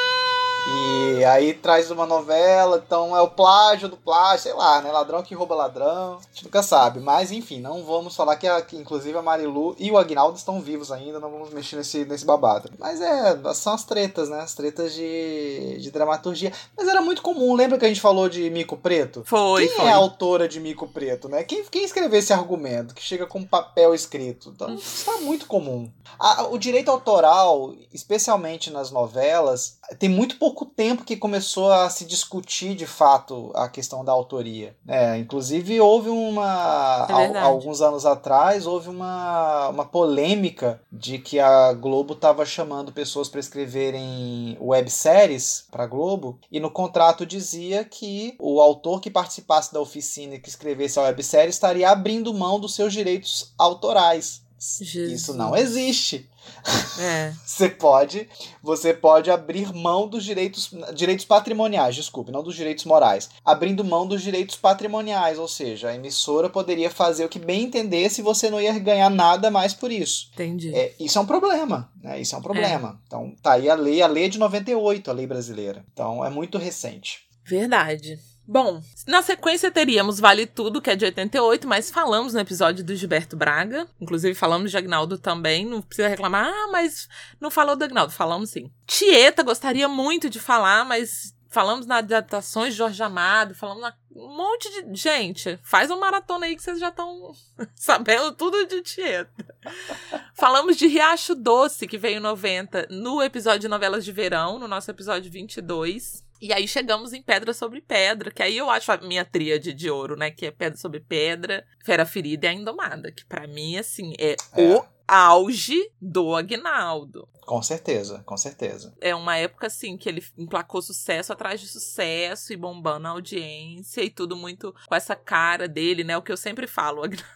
E aí traz uma novela, então é o plágio do plágio, sei lá, né? Ladrão que rouba ladrão, a gente nunca sabe. Mas enfim, não vamos falar que, a, que inclusive a Marilu e o Aguinaldo estão vivos ainda, não vamos mexer nesse, nesse babado. Mas é, são as tretas, né? As tretas de, de dramaturgia. Mas era muito comum, lembra que a gente falou de Mico Preto? Foi, Quem foi. é a autora de Mico Preto, né? Quem, quem escreveu esse argumento, que chega com papel escrito? Então, isso é muito comum. A, o direito autoral, especialmente nas novelas, tem muito pouco tempo que começou a se discutir de fato a questão da autoria. É, inclusive houve uma... É há, verdade. alguns anos atrás, houve uma, uma polêmica de que a Globo estava chamando pessoas para escreverem webséries para a Globo, e no contrato dizia que o autor que participasse da oficina e que escrevesse a websérie estaria abrindo mão dos seus direitos autorais. Jesus. Isso não existe. É. Você pode, você pode abrir mão dos direitos, direitos patrimoniais, desculpe, não dos direitos morais. Abrindo mão dos direitos patrimoniais, ou seja, a emissora poderia fazer o que bem entendesse e você não ia ganhar nada mais por isso. Entendi. É, isso é um problema, né? Isso é um problema. É. Então, tá aí a lei, a lei é de noventa e oito, a lei brasileira. Então, é muito recente. Verdade. Bom, na sequência teríamos Vale Tudo, que é de oitenta e oito, mas falamos no episódio do Gilberto Braga. Inclusive falamos de Agnaldo também, não precisa reclamar, ah, mas não falou do Agnaldo, falamos sim. Tieta, gostaria muito de falar, mas falamos nas adaptações de Jorge Amado, falamos na um monte de... Gente, faz uma maratona aí que vocês já estão sabendo tudo de Tieta. Falamos de Riacho Doce, que veio em noventa, no episódio de Novelas de Verão, no nosso episódio vinte e dois. E aí chegamos em Pedra sobre Pedra, que aí eu acho a minha tríade de ouro, né? Que é Pedra sobre Pedra, Fera Ferida e A Indomada. Que pra mim, assim, é, é. o auge do Agnaldo. Com certeza, com certeza. É uma época, assim, que ele emplacou sucesso atrás de sucesso e bombando a audiência e tudo muito com essa cara dele, né? O que eu sempre falo, o Agnaldo...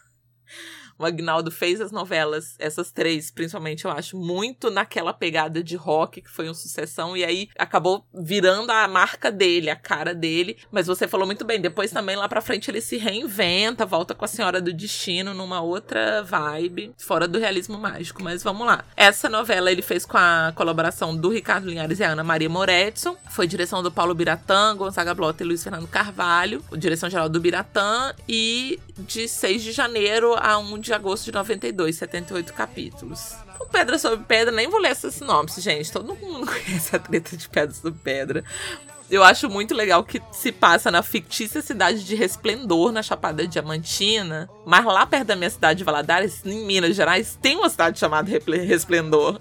O Agnaldo fez as novelas, essas três, principalmente, eu acho, muito naquela pegada de rock, que foi uma sucessão, e aí acabou virando a marca dele, a cara dele. Mas você falou muito bem, depois também lá pra frente ele se reinventa, volta com a Senhora do Destino numa outra vibe, fora do realismo mágico. Mas vamos lá. Essa novela ele fez com a colaboração do Ricardo Linhares e a Ana Maria Moretson, foi direção do Paulo Biratã, Gonzaga Blota e Luiz Fernando Carvalho, direção geral do Biratã, e de seis de janeiro a primeiro de agosto de noventa e dois, setenta e oito capítulos. Então, Pedra sobre Pedra, nem vou ler essa sinopse, gente. Todo mundo conhece a treta de Pedra sobre Pedra. Eu acho muito legal que se passa na fictícia cidade de Resplendor, na Chapada Diamantina. Mas lá perto da minha cidade de Valadares, em Minas Gerais, tem uma cidade chamada Resplendor.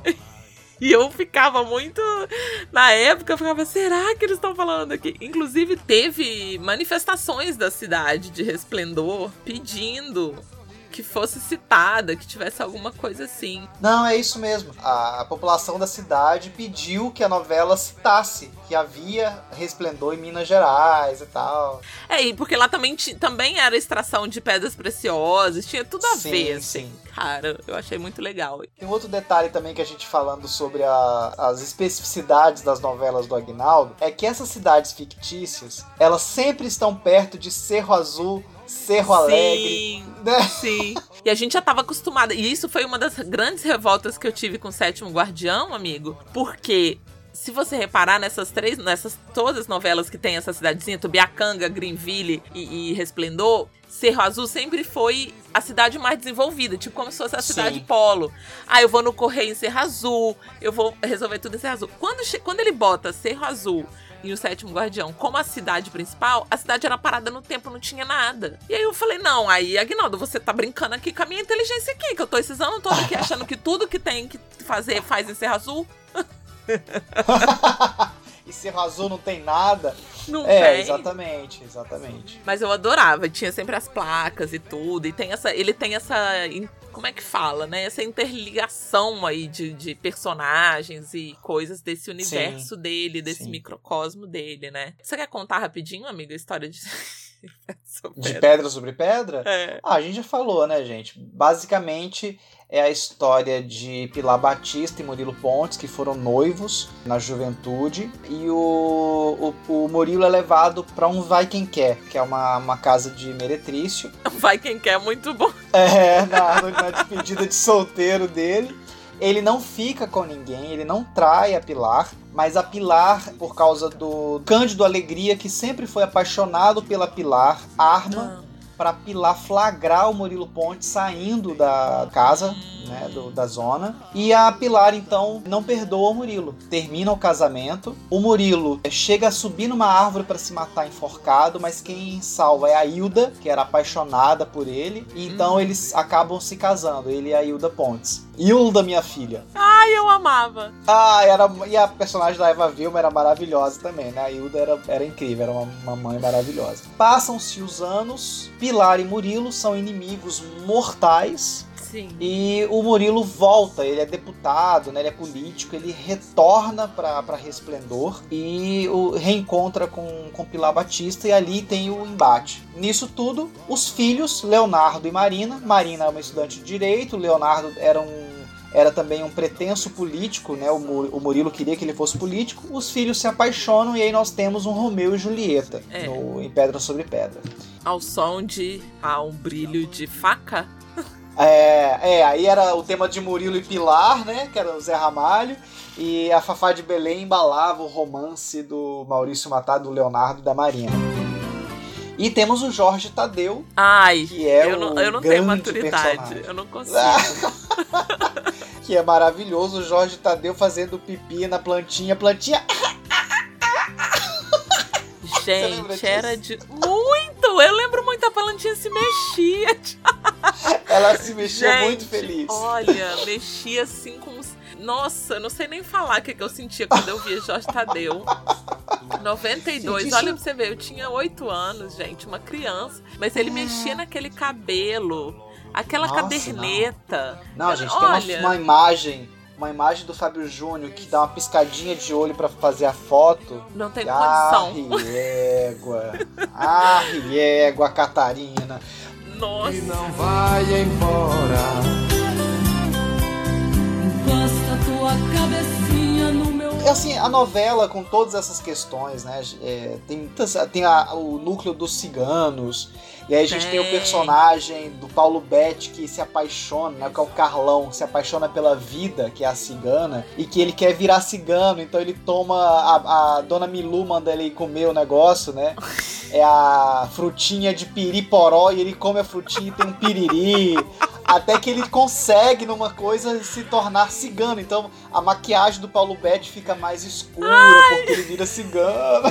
E eu ficava muito... Na época, eu ficava, será que eles estão falando aqui? Inclusive, teve manifestações da cidade de Resplendor pedindo que fosse citada, que tivesse alguma coisa assim. Não, é isso mesmo. A, a população da cidade pediu que a novela citasse que havia Resplendor em Minas Gerais e tal. É, e porque lá também, t- também era extração de pedras preciosas, tinha tudo a sim, ver, assim. Sim. Cara, eu achei muito legal. Tem outro detalhe também que a gente falando sobre a, as especificidades das novelas do Agnaldo, é que essas cidades fictícias, elas sempre estão perto de Cerro Azul, Cerro sim, Alegre, né? Sim. E a gente já estava acostumada. E isso foi uma das grandes revoltas que eu tive com o Sétimo Guardião, amigo. Porque, se você reparar nessas três, nessas todas as novelas que tem essa cidadezinha, Tubiacanga, Greenville e, e Resplendor, Cerro Azul sempre foi a cidade mais desenvolvida, tipo como se fosse a cidade Sim. polo. Ah, eu vou no Correio em Cerro Azul, eu vou resolver tudo em Cerro Azul. Quando, che- quando ele bota Cerro Azul e o Sétimo Guardião como a cidade principal, a cidade era parada no tempo, não tinha nada. E aí eu falei, não, aí, Agnaldo, você tá brincando aqui com a minha inteligência aqui, que eu tô esses anos todos aqui achando que tudo que tem que fazer faz em Cerro Azul. E Cerro Azul não tem nada. Não é, tem. exatamente, exatamente. Mas eu adorava, tinha sempre as placas e tudo, e tem essa, ele tem essa, como é que fala, né? Essa interligação aí de, de personagens e coisas desse universo Sim, dele, desse sim. microcosmo dele, né? Você quer contar rapidinho, amiga, a história de... De Pedra sobre Pedra? É. Ah, a gente já falou, né, gente? Basicamente é a história de Pilar Batista e Murilo Pontes, que foram noivos na juventude. E o, o, o Murilo é levado para um Vai Quem Quer, que é uma, uma casa de meretrício. Vai Quem Quer, muito bom. É, na, na despedida de solteiro dele. Ele não fica com ninguém, ele não trai a Pilar, mas a Pilar, por causa do Cândido Alegria, que sempre foi apaixonado pela Pilar, arma Ah. para Pilar flagrar o Murilo Pontes saindo da casa, né, do, da zona. E a Pilar, então, não perdoa o Murilo. Termina o casamento. O Murilo chega a subir numa árvore para se matar enforcado, mas quem salva é a Hilda, que era apaixonada por ele. E então Hum. eles acabam se casando, ele e a Hilda Pontes. Hilda, minha filha. Ai, eu amava. Ah, era, e a personagem da Eva Vilma era maravilhosa também, né? A Hilda era, era incrível, era uma, uma mãe maravilhosa. Passam-se os anos, Pilar e Murilo são inimigos mortais. Sim. E o Murilo volta, ele é deputado, né, ele é político, ele retorna pra, pra Resplendor e o reencontra com, com Pilar Batista, e ali tem o embate. Nisso tudo, os filhos, Leonardo e Marina. Marina é uma estudante de direito, Leonardo era um era também um pretenso político, né? O Murilo queria que ele fosse político. Os filhos se apaixonam e aí nós temos um Romeu e Julieta é. no, em Pedra sobre Pedra. Ao som de ah, um brilho de faca. É, é, aí era o tema de Murilo e Pilar, né? Que era o Zé Ramalho. E a Fafá de Belém embalava o romance do Maurício Matar, do Leonardo e da Marina. E temos o Jorge Tadeu. Ai, que é eu, o não, eu não tenho maturidade. personagem. Eu não consigo. Que é maravilhoso, o Jorge Tadeu fazendo pipi na plantinha. Plantinha... Gente, era de... Muito! Eu lembro muito, a plantinha se mexia. Ela se mexia Gente, muito feliz. Olha, mexia assim com os... Nossa, eu não sei nem falar o que, que eu sentia quando eu via Jorge Tadeu. noventa e dois, gente, olha isso... pra você ver, eu tinha oito anos, gente, uma criança. Mas ele é. mexia naquele cabelo, aquela Nossa, caderneta. Não, não eu, gente, olha... tem uma, uma imagem... Uma imagem do Fábio Júnior que dá uma piscadinha de olho pra fazer a foto. Não tem ah, condição. Riégua. Ah, Riégua, Catarina. Nossa. E não vai embora. Encosta tua cabecinha no meu... Assim, a novela com todas essas questões, né? É, tem muitas, tem a, o núcleo dos ciganos. E aí a gente é. tem o personagem do Paulo Betti que se apaixona, né, que é o Carlão, que se apaixona pela vida, que é a cigana, e que ele quer virar cigano, então ele toma, a, a dona Milu manda ele comer o negócio, né? É a frutinha de piriporó, e ele come a frutinha e tem um piriri. Até que ele consegue, numa coisa, se tornar cigano. Então a maquiagem do Paulo Betti fica mais escura, Ai. porque ele vira cigano.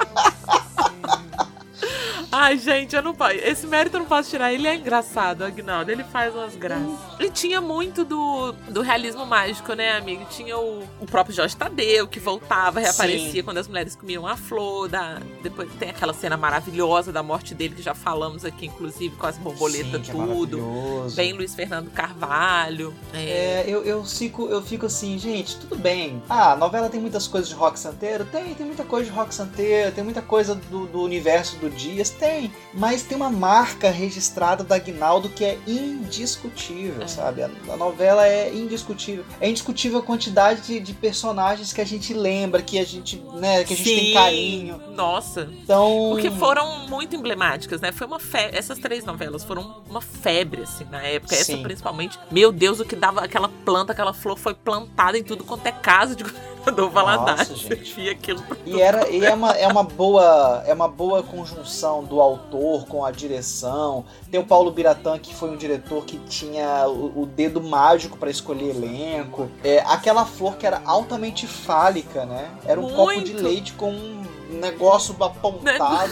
Ai, gente, eu não posso. Esse mérito eu não posso tirar. Ele é engraçado, Aguinaldo. Ele faz umas graças. E tinha muito do, do realismo mágico, né, amigo? Tinha o, o próprio Jorge Tadeu, que voltava, reaparecia Sim. quando as mulheres comiam a flor. Da, depois tem aquela cena maravilhosa da morte dele, que já falamos aqui, inclusive, com as borboletas, Sim, tudo. É bem Luiz Fernando Carvalho. É, é eu, eu, fico, eu fico assim, gente, tudo bem. Ah, a novela tem muitas coisas de rock santeiro? Tem, tem muita coisa de rock santeiro, tem muita coisa do, do universo do Dias. Tem, mas tem uma marca registrada da Aguinaldo que é indiscutível, é. sabe? A, a novela é indiscutível. É indiscutível a quantidade de, de personagens que a gente lembra, que a gente, né, que a gente Sim. tem carinho. Nossa. Então... Porque foram muito emblemáticas, né? Foi uma febre. Essas três novelas foram uma febre, assim, na época. Essa, Sim. principalmente. Meu Deus, o que dava aquela planta, aquela flor foi plantada em tudo quanto é casa de do Valadares. E aquilo e era e é uma é uma boa é uma boa conjunção do autor com a direção. Tem o Paulo Biratã, que foi um diretor que tinha o, o dedo mágico para escolher elenco. É, aquela flor que era altamente fálica, né? Era um Muito. copo de leite com um negócio apontado.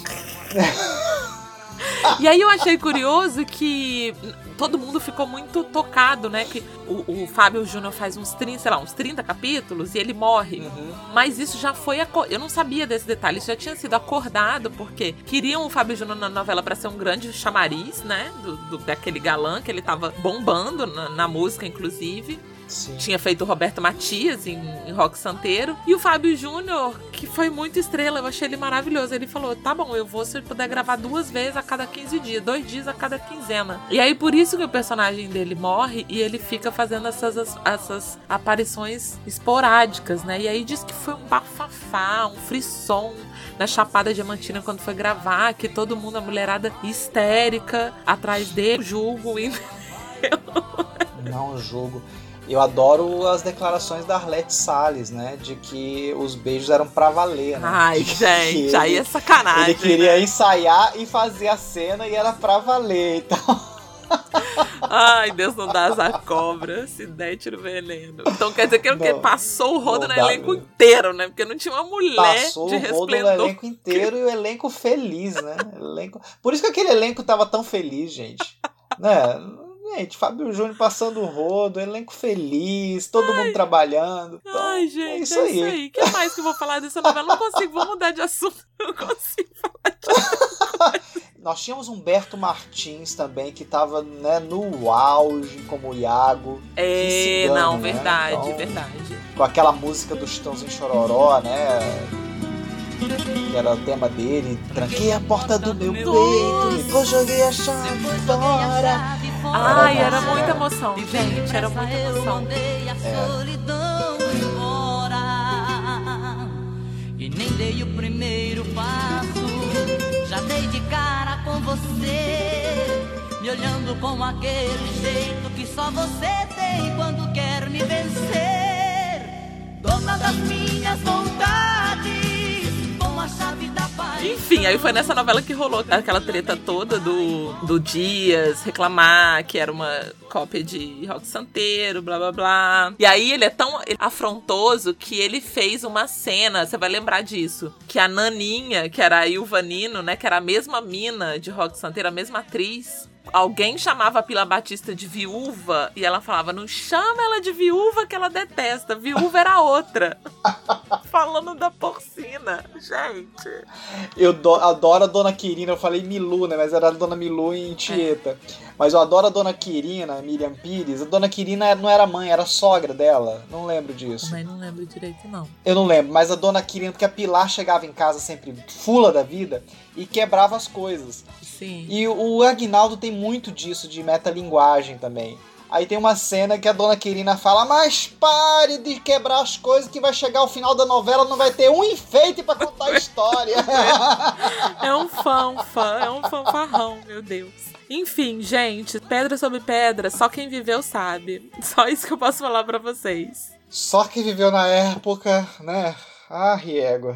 E aí eu achei curioso que todo mundo ficou muito tocado, né? Que o, o Fábio Júnior faz uns trinta, sei lá, uns trinta capítulos e ele morre. Uhum. Mas isso já foi... Aco- eu não sabia desse detalhe. Isso já tinha sido acordado, porque queriam o Fábio Júnior na novela pra ser um grande chamariz, né? Do, do, daquele galã que ele tava bombando na, na música, inclusive. Sim. Tinha feito o Roberto Matias em, em Rock Santeiro. E o Fábio Júnior, que foi muito estrela, eu achei ele maravilhoso. Ele falou, tá bom, eu vou se puder gravar duas vezes a cada quinze dias, dois dias a cada quinzena. E aí por isso que o personagem dele morre e ele fica fazendo essas, essas aparições esporádicas, né? E aí diz que foi um bafafá, um frisson na Chapada Diamantina quando foi gravar, que todo mundo, a mulherada histérica atrás dele, julgo, entendeu? Não julgo. Eu adoro as declarações da Arlete Salles, né? De que os beijos eram pra valer, né? Ai, gente, ele, aí é sacanagem. Ele queria né? ensaiar e fazer a cena e era pra valer, então... Ai, Deus não dá asa à cobra, se der tira o veneno. Então quer dizer que ele passou o rodo no elenco mesmo. inteiro, né? Porque não tinha uma mulher passou de Passou o rodo resplendor. no elenco inteiro e o elenco feliz, né? Elenco... Por isso que aquele elenco tava tão feliz, gente. Né? Gente, Fábio Júnior passando o rodo, elenco feliz, todo Ai. mundo trabalhando. Então, Ai, gente, é isso é aí. isso aí. O que mais que eu vou falar dessa novela? Não consigo, vou mudar de assunto. Não consigo falar de Nós tínhamos Humberto Martins também, que tava, né, no auge, como o Iago. É, cigano, não, né? verdade, Então, verdade. com aquela música do Chitãozinho Chororó, né? Que era o tema dele. Tranquei a porta do meu peito, depois joguei a chave fora. Ai, Era era bom, muita né? emoção, gente, era muita emoção. E nem dei o primeiro passo, já dei de cara com você, me olhando com aquele jeito que só você tem quando quer me vencer. Dona das minhas vontades, com a chave da paz. Enfim, aí foi nessa novela que rolou aquela treta toda do, do Dias reclamar que era uma cópia de Roque Santeiro, blá blá blá. E aí ele é tão afrontoso que ele fez uma cena, você vai lembrar disso, que a Naninha, que era a Ilva Nino, né, que era a mesma mina de Roque Santeiro, a mesma atriz, alguém chamava a Pila Batista de viúva e ela falava, não chama ela de viúva que ela detesta, viúva era outra. Falando da porcina, gente. Eu do, adoro a Dona Quirina, eu falei Milu, né? Mas era a Dona Milu em Tieta. É. Mas eu adoro a Dona Quirina, Miriam Pires. A Dona Quirina não era mãe, era sogra dela. Não lembro disso. Também não lembro direito, não. Eu não lembro, mas a Dona Quirina, porque a Pilar chegava em casa sempre fula da vida e quebrava as coisas. Sim. E o Aguinaldo tem muito disso, de metalinguagem também. Aí tem uma cena que a Dona Quirina fala, mas pare de quebrar as coisas que vai chegar ao final da novela, não vai ter um enfeite pra contar a história. É um fã, um fã, é um fanfarrão, meu Deus. Enfim, gente, pedra sobre pedra, só quem viveu sabe. Só isso que eu posso falar pra vocês. Só quem viveu na época, né? Ah, riégua.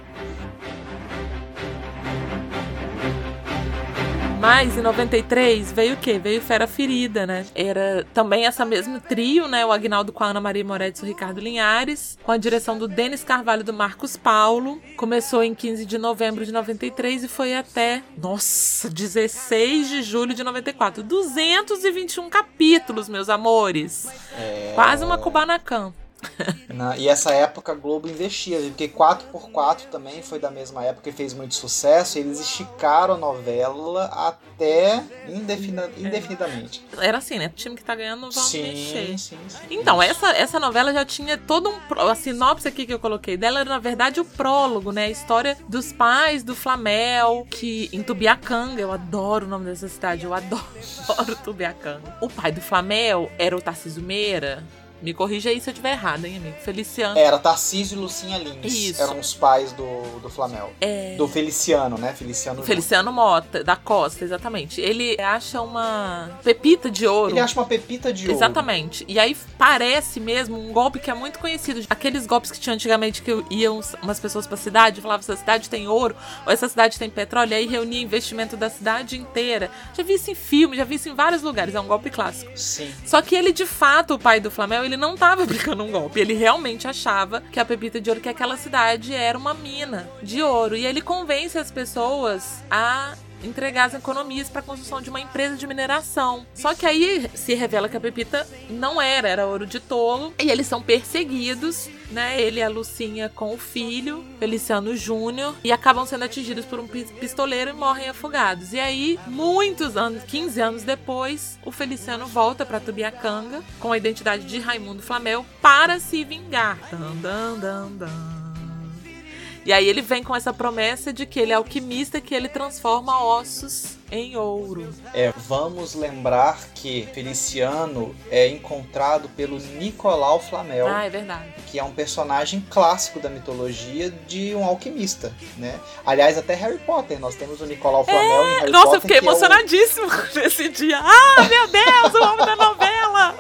Mas em noventa e três veio o quê? Veio Fera Ferida, né? Era também essa mesmo trio, né? O Aguinaldo com a Ana Maria Moretti e o Ricardo Linhares, com a direção do Denis Carvalho e do Marcos Paulo. Começou em quinze de novembro de noventa e três e foi até, nossa, dezesseis de julho de noventa e quatro. duzentos e vinte e um capítulos, meus amores. É... Quase uma Kubanacan. Na, e essa época a Globo investia, porque quatro por quatro também foi da mesma época e fez muito sucesso. Eles esticaram a novela até indefina, indefinidamente. Era assim, né? O time que tá ganhando não vai sim, mexer. Sim, sim. Então, essa, essa novela já tinha todo um... A sinopse aqui que eu coloquei dela era, na verdade, o prólogo, né? A história dos pais do Flamel, que em Tubiacanga, eu adoro o nome dessa cidade, eu adoro, adoro Tubiacanga. O pai do Flamel era o Tarcísio Meira. Me corrija aí se eu estiver errado, hein, amigo? Feliciano. Era Tarcísio e Lucinha Lins. Isso. Eram os pais do, do Flamel. É... Do Feliciano, né? Feliciano Feliciano Mota, da Costa, exatamente. Ele acha uma pepita de ouro. Ele acha uma pepita de ouro. Exatamente. E aí parece mesmo um golpe que é muito conhecido. Aqueles golpes que tinha antigamente que iam umas pessoas pra cidade, falavam essa cidade tem ouro, ou essa cidade tem petróleo, e aí reunia investimento da cidade inteira. Já vi isso em filme, já vi isso em vários lugares. É um golpe clássico. Sim. Só que ele, de fato, o pai do Flamel, ele não estava aplicando um golpe. Ele realmente achava que a pepita de ouro, que aquela cidade era uma mina de ouro. E ele convence as pessoas a entregar as economias para a construção de uma empresa de mineração. Só que aí se revela que a pepita não era, era ouro de tolo. E eles são perseguidos, né? Ele e a Lucinha com o filho, Feliciano Júnior, e acabam sendo atingidos por um pistoleiro e morrem afogados. E aí, muitos anos, quinze anos depois, o Feliciano volta para Tubiacanga com a identidade de Raimundo Flamel para se vingar. Dan, dan, dan, dan. E aí ele vem com essa promessa de que ele é alquimista, que ele transforma ossos em ouro. É, vamos lembrar que Feliciano é encontrado pelo Nicolau Flamel. Ah, é verdade. Que é um personagem clássico da mitologia de um alquimista, né? Aliás, até Harry Potter, nós temos o Nicolau Flamel é... em Harry Nossa, Potter. eu fiquei emocionadíssimo é o... nesse dia. Ah, meu Deus, o homem da novela!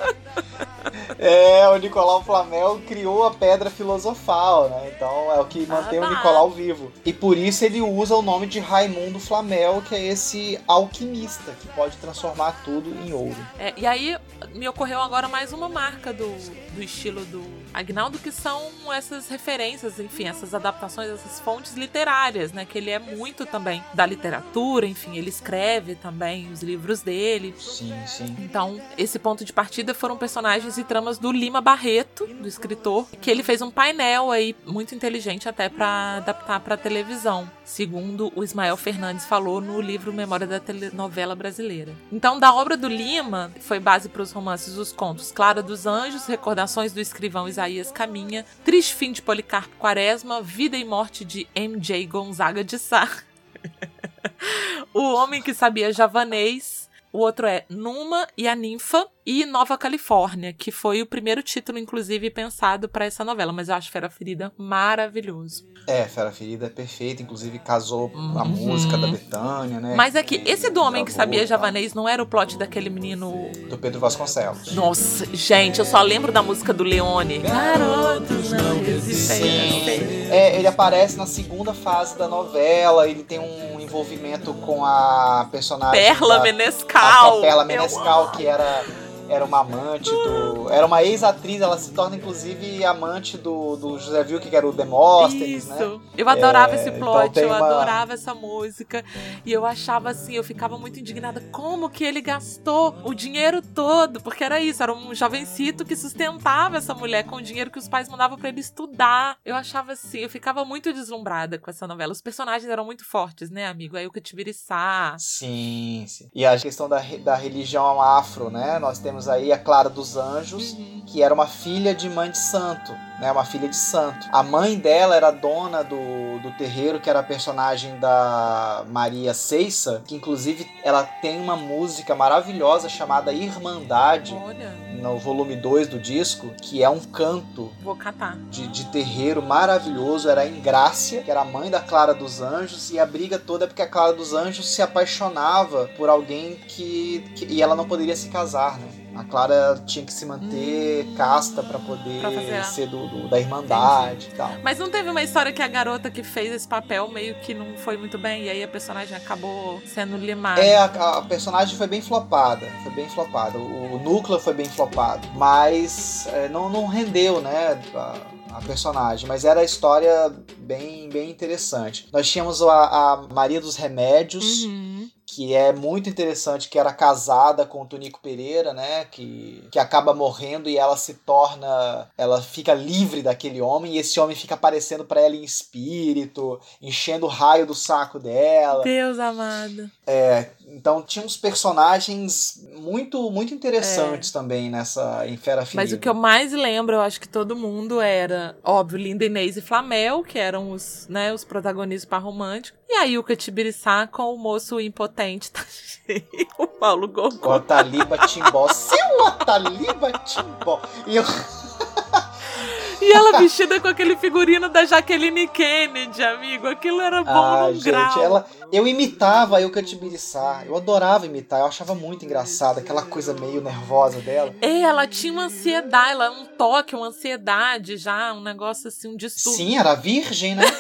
É, o Nicolau Flamel criou a pedra filosofal, né? Então é o que mantém ah, o Nicolau vivo. E por isso ele usa o nome de Raimundo Flamel, que é esse alquimista que pode transformar tudo em ouro. É, e aí me ocorreu agora mais uma marca do, do estilo do Aguinaldo, que são essas referências, enfim, essas adaptações, essas fontes literárias, né? Que ele é muito também da literatura, enfim, ele escreve também os livros dele. Sim, sim. Então, esse ponto de partida foram personagens e tramas voz do Lima Barreto, do escritor, que ele fez um painel aí muito inteligente até para adaptar para televisão, segundo o Ismael Fernandes falou no livro Memória da Telenovela Brasileira. Então, da obra do Lima, foi base para os romances Os Contos Clara dos Anjos, Recordações do Escrivão Isaías Caminha, Triste Fim de Policarpo Quaresma, Vida e Morte de M J Gonzaga de Sá, O Homem que Sabia Javanês, o outro é Numa e a Ninfa, e Nova Califórnia, que foi o primeiro título, inclusive, pensado para essa novela. Mas eu acho Fera Ferida maravilhoso. É, Fera Ferida é perfeita, inclusive casou uhum. a música da Bethânia, né? Mas é que esse do Homem que Sabia Javanês não era o plot daquele menino... Do Pedro Vasconcelos. Nossa, gente, eu só lembro da música do Leone. Garotos não resistem. É, ele aparece na segunda fase da novela, ele tem um envolvimento com a personagem... Perla da, Menescal. A Perla Menescal, que era... Era uma amante do... Era uma ex-atriz, ela se torna, inclusive, amante do, do José Wilke, que era o Demóstenes, né? Isso. Eu adorava é, esse plot, então eu uma... adorava essa música. E eu achava assim, eu ficava muito indignada. Como que ele gastou o dinheiro todo? Porque era isso, era um jovencito que sustentava essa mulher com o dinheiro que os pais mandavam pra ele estudar. Eu achava assim, eu ficava muito deslumbrada com essa novela. Os personagens eram muito fortes, né, amigo? Aí o Catibiriçá. Sim, sim. E a questão da, da religião afro, né? Nós temos aí a Clara dos Anjos, uhum. que era uma filha de mãe de santo, né, uma filha de santo. A mãe dela era dona do, do terreiro, que era a personagem da Maria Ceissa, que inclusive ela tem uma música maravilhosa chamada Irmandade. Olha. No volume dois do disco, que é um canto Vou catar. De, de terreiro maravilhoso. Era a Ingrácia, que era a mãe da Clara dos Anjos, e a briga toda é porque a Clara dos Anjos se apaixonava por alguém que, que e ela não poderia se casar, né? A Clara tinha que se manter hum, casta pra poder pra ser do, do, da Irmandade. Entendi. E tal. Mas não teve uma história que a garota que fez esse papel meio que não foi muito bem, e aí a personagem acabou sendo limada? É, a, a personagem foi bem flopada. Foi bem flopada. O, o núcleo foi bem flopado. Mas é, não, não rendeu, né? A, a personagem, mas era a história bem, bem interessante. Nós tínhamos a, a Maria dos Remédios, uhum. que é muito interessante, que era casada com o Tonico Pereira, né, que, que acaba morrendo e ela se torna, ela fica livre daquele homem, e esse homem fica aparecendo pra ela em espírito, enchendo o raio do saco dela. Deus amado. É, então tinha uns personagens muito, muito interessantes é. também nessa, em Fera Ferida. Mas o que eu mais lembro, eu acho que todo mundo era, óbvio, Linda Inês e Flamel, que eram os, né, os protagonistas par românticos. E aí o Catibiriçá com o moço impotente, tá cheio, o Paulo Gogô. O Ataliba Timbó. Seu Ataliba Timbó. E eu... E ela vestida com aquele figurino da Jaqueline Kennedy, amigo. Aquilo era bom ah, num gente, grau. Ela, eu imitava aí o Catibiriçá. Eu adorava imitar. Eu achava muito engraçado. Aquela coisa meio nervosa dela. É, ela tinha uma ansiedade. Ela, um toque, uma ansiedade já. Um negócio assim, um distúrbio. Sim, era virgem, né?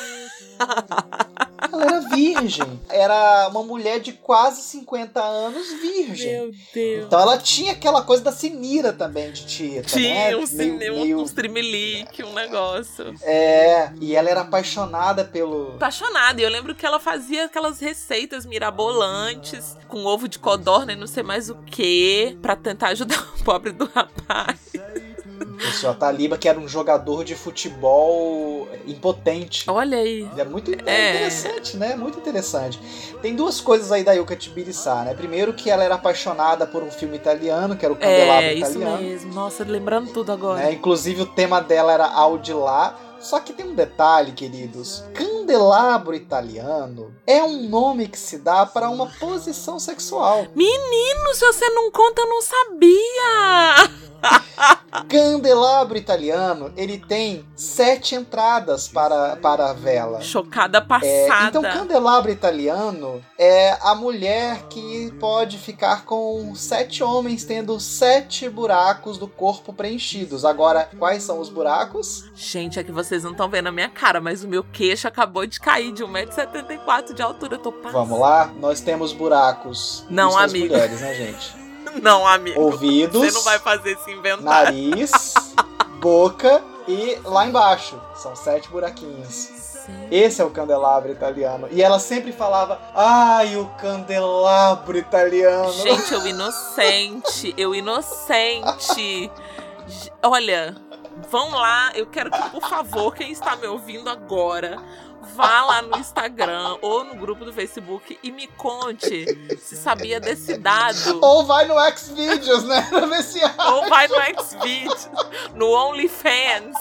Ela era virgem. Era uma mulher de quase cinquenta anos virgem. Meu Deus. Então ela tinha aquela coisa da Sinira também, de Tita, tinha né? um, meio, meio, meio... um trimelique, um negócio. É, e ela era apaixonada pelo... Apaixonada. E eu lembro que ela fazia aquelas receitas mirabolantes, com ovo de codorna e não sei mais o que, pra tentar ajudar o pobre do rapaz. Esse Ataliba, que era um jogador de futebol impotente. Olha aí. É muito é. interessante, né? Muito interessante. Tem duas coisas aí da Yuka Tibiriçá, né? Primeiro que ela era apaixonada por um filme italiano, que era o Candelabro é, Italiano. É, isso mesmo. Nossa, lembrando tudo agora. Né? Inclusive o tema dela era Audilá. Só que tem um detalhe, queridos. Candelabro Italiano é um nome que se dá para uma posição sexual. Menino, se você não conta, eu não sabia! Candelabro Italiano, ele tem sete entradas para, para a vela. Chocada passada. É, então, Candelabro Italiano é a mulher que pode ficar com sete homens, tendo sete buracos do corpo preenchidos. Agora, quais são os buracos? Gente, é que vocês não estão vendo a minha cara, mas o meu queixo acabou de cair de um metro e setenta e quatro de altura. Eu tô passada. Vamos lá? Nós temos buracos. Não, amigo. Das mulheres, né, gente? Não, amigo. Ouvidos. Você não vai fazer esse inventário. Nariz, boca e lá embaixo. São sete buraquinhos. Sim. Esse é o candelabro italiano. E ela sempre falava, ai, o candelabro italiano. Gente, eu inocente. Eu inocente. Olha, vão lá, eu quero que, por favor, quem está me ouvindo agora, vá lá no Instagram ou no grupo do Facebook e me conte se sabia desse dado. Ou vai no Xvideos, né? Pra ver se acha. Ou vai no Xvideos, no OnlyFans.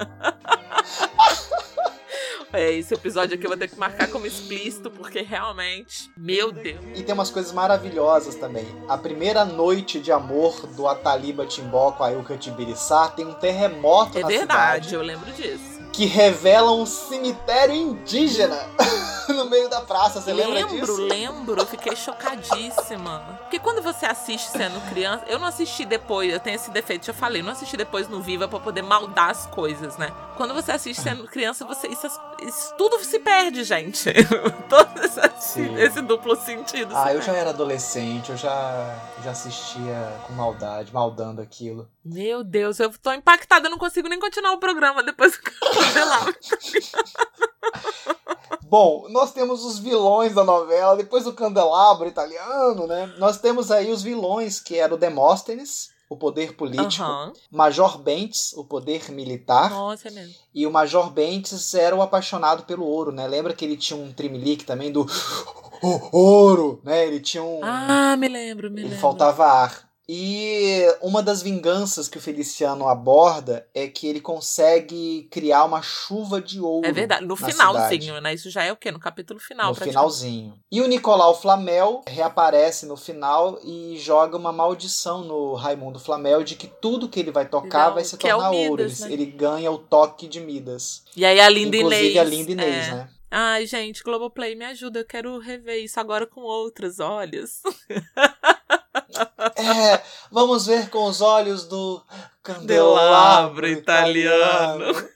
É, esse episódio aqui eu vou ter que marcar como explícito, porque realmente, meu Deus. E tem umas coisas maravilhosas também. A primeira noite de amor do Ataliba Timbó com a Ilka Tibiriçá tem um terremoto é na verdade, cidade. eu lembro disso. Que revela um cemitério indígena no meio da praça. Você lembro, lembra disso? Lembro, lembro. Eu fiquei chocadíssima. Porque quando você assiste sendo criança... Eu não assisti depois, eu tenho esse defeito, já falei. Eu não assisti depois no Viva pra poder maldar as coisas, né? Quando você assiste sendo criança, você, isso, isso tudo se perde, gente. Todo esse, esse duplo sentido. Ah, eu já era adolescente, eu já, já assistia com maldade, maldando aquilo. Meu Deus, eu tô impactada, eu não consigo nem continuar o programa depois que eu candelabro. Bom, nós temos os vilões da novela, depois do candelabro italiano, né? Nós temos aí os vilões, que era o Demóstenes, o poder político, uhum. Major Bentes, o poder militar. Nossa, é mesmo. E o Major Bentes era o apaixonado pelo ouro, né? Lembra que ele tinha um trimelique também do ouro, né? Ele tinha um... Ah, me lembro, me ele lembro. faltava ar. E uma das vinganças que o Feliciano aborda é que ele consegue criar uma chuva de ouro. É verdade, no na finalzinho, cidade. né? Isso já é o quê? No capítulo final. No finalzinho. E o Nicolau Flamel reaparece no final e joga uma maldição no Raimundo Flamel de que tudo que ele vai tocar Não, vai se que é o tornar Midas, ouro. Ele, né? ele ganha o toque de Midas. E aí a Linda Inclusive Inês. a Linda Inês, é. né? Ai, gente, Globoplay, me ajuda. Eu quero rever isso agora com outros olhos. É, vamos ver com os olhos do Candelabro candelabro italiano. italiano.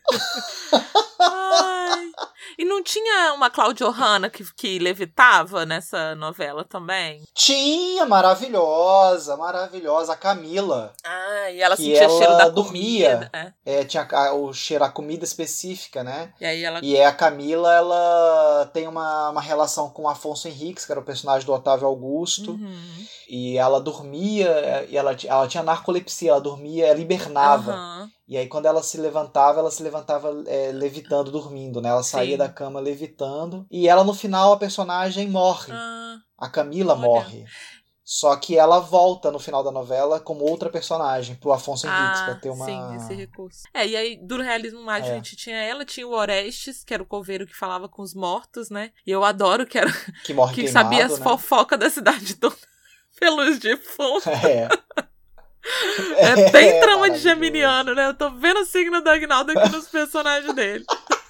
Ai. E não tinha uma Cláudia Hanna que, que levitava nessa novela também? Tinha, maravilhosa, maravilhosa, a Camila. Ah, e ela que sentia ela cheiro da dormia. comida. É. É, tinha a- o cheiro, a comida específica, né? E aí ela... E é a Camila, ela tem uma, uma relação com o Afonso Henriques, que era o personagem do Otávio Augusto. Uhum. E ela dormia, e ela, ela tinha narcolepsia, ela dormia, ela hibernava. Aham. E aí quando ela se levantava, ela se levantava é, levitando, dormindo, né? Ela saía Sim. da cama levitando. E ela, no final, a personagem morre. Ah, A Camila olha. morre. Só que ela volta no final da novela como outra personagem, pro Afonso Henriques, pra ah ter uma... sim, esse recurso. É, e aí, do realismo mágico, É. a gente tinha ela, tinha o Orestes, que era o coveiro que falava com os mortos, né? E eu adoro que era... Que morre que queimado, sabia as né? fofocas da cidade toda pelos defuntos. É. É bem É, trama de maravilhoso. geminiano, né? Eu tô vendo o signo do Agnaldo aqui nos personagens dele.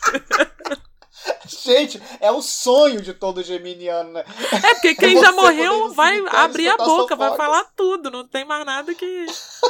Gente, é o sonho de todo geminiano, né? É, porque quem Você já poder ir morreu no vai cemitério abrir a escutar as boca, vai fofocas. falar tudo, não tem mais nada que...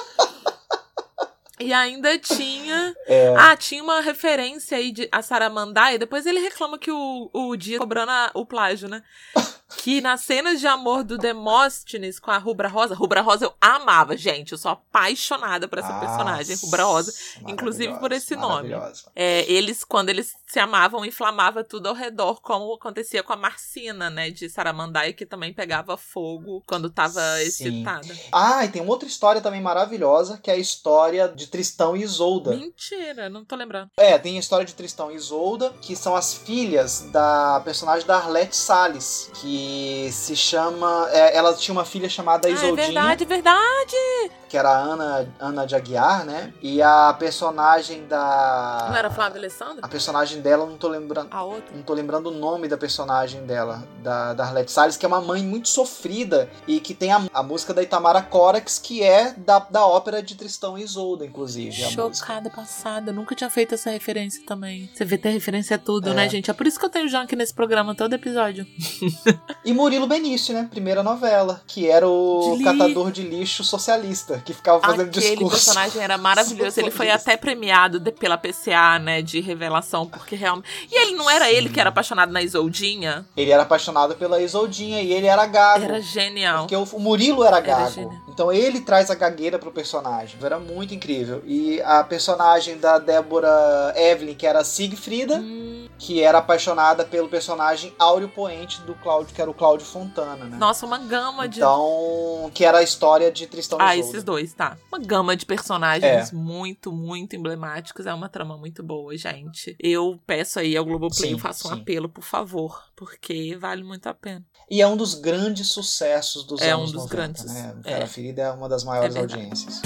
E ainda tinha... É. Ah, tinha uma referência aí de, a Saramandaia. Depois ele reclama que o, o Dia cobrando a- o plágio, né? Que nas cenas de amor do Demóstenes com a Rubra Rosa... Rubra Rosa eu amava, gente. Eu sou apaixonada por essa Nossa, personagem, Rubra Rosa. Inclusive por esse nome. maravilhosa. É, eles, quando eles se amavam, inflamava tudo ao redor, como acontecia com a Marcina, né? De Saramandaia, que também pegava fogo quando tava Sim. excitada. Ah, e tem uma outra história também maravilhosa, que é a história de Tristão e Isolda. Mentira, não tô lembrando. É, tem a história de Tristão e Isolda, que são as filhas da personagem da Arlete Salles, que se chama... é, ela tinha uma filha chamada Ah, é Isoldinha, verdade, é verdade. que era a Ana, Ana de Aguiar, né? E a personagem da... Não era Flávia Alessandra? A personagem dela, eu não tô lembrando... A outra? Não tô lembrando o nome da personagem dela, da, da Arlete Salles, que é uma mãe muito sofrida e que tem a, a música da Itamara Corax, que é da, da ópera de Tristão e Isolda, inclusive. a música. Chocada, passada. Eu nunca tinha feito essa referência também. Você vê ter referência a tudo, É. né, gente? É por isso que eu tenho junk nesse programa, todo episódio. E Murilo Benício, né? Primeira novela, que era o De li- catador de lixo socialista, que ficava fazendo Aquele discurso. personagem era maravilhoso. Ele foi Socialista. até premiado de- pela P C A, né, de revelação, porque realmente... E ele não era ele que era apaixonado na Isoldinha? Ele era apaixonado pela Isoldinha e ele era gago. Era genial. Porque o, o Murilo era gago. genial. Então ele traz a gagueira pro personagem. Era muito incrível. E a personagem da Débora Evelyn, que era a Sigfrida, Hum, que era apaixonada pelo personagem Áureo Poente do Cláudio, que era o Cláudio Fontana, né? Nossa, uma gama de... Então, que era a história de Tristão e Ah, Isolda. esses dois, tá. Uma gama de personagens É. muito, muito emblemáticos. É uma trama muito boa, gente. Eu peço aí ao Globoplay, Sim, eu faço um sim. apelo, por favor, porque vale muito a pena. E é um dos grandes sucessos dos É anos um dos noventa, grandes, né? é. Fera Ferida é uma das maiores É verdade. audiências.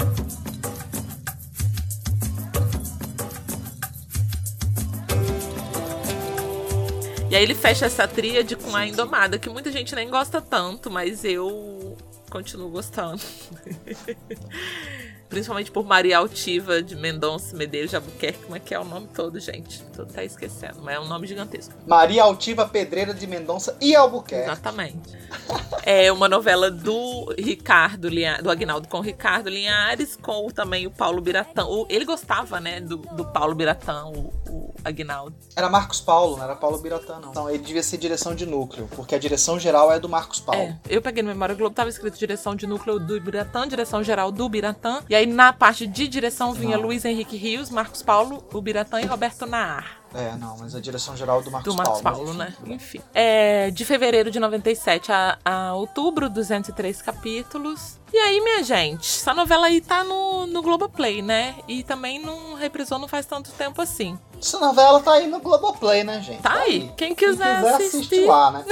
E aí ele fecha essa tríade com a Indomada, que muita gente nem gosta tanto, mas eu continuo gostando. Principalmente por Maria Altiva de Mendonça Medeiros de Albuquerque, como é que é o nome todo, gente? Tô até esquecendo, mas é um nome gigantesco. Maria Altiva Pedreira de Mendonça e Albuquerque. Exatamente. É uma novela do Ricardo Linhares, do Aguinaldo com o Ricardo Linhares, com o, também o Paulo Biratã. O, ele gostava, né, do, do Paulo Biratã, o, o Aguinaldo. Era Marcos Paulo, não era Paulo Biratã, não. Então, ele devia ser direção de núcleo, porque a direção geral é do Marcos Paulo. É, eu peguei no Memória Globo, tava escrito direção de núcleo do Biratã, direção geral do Biratã. E aí na parte de direção vinha Não. Luiz Henrique Rios, Marcos Paulo, o Biratã e Roberto Naar. É, não, mas a direção geral é do Marcos Do Marcos Paulo. Paulo, mas né? enfim. Enfim. É, de fevereiro de noventa e sete a, a outubro, duzentos e três capítulos. E aí, minha gente, essa novela aí tá no, no Globoplay, né? E também não reprisou não faz tanto tempo assim. Essa novela tá aí no Globoplay, né, gente? Tá aí. Quem quiser Quem quiser assistir. assiste lá, né?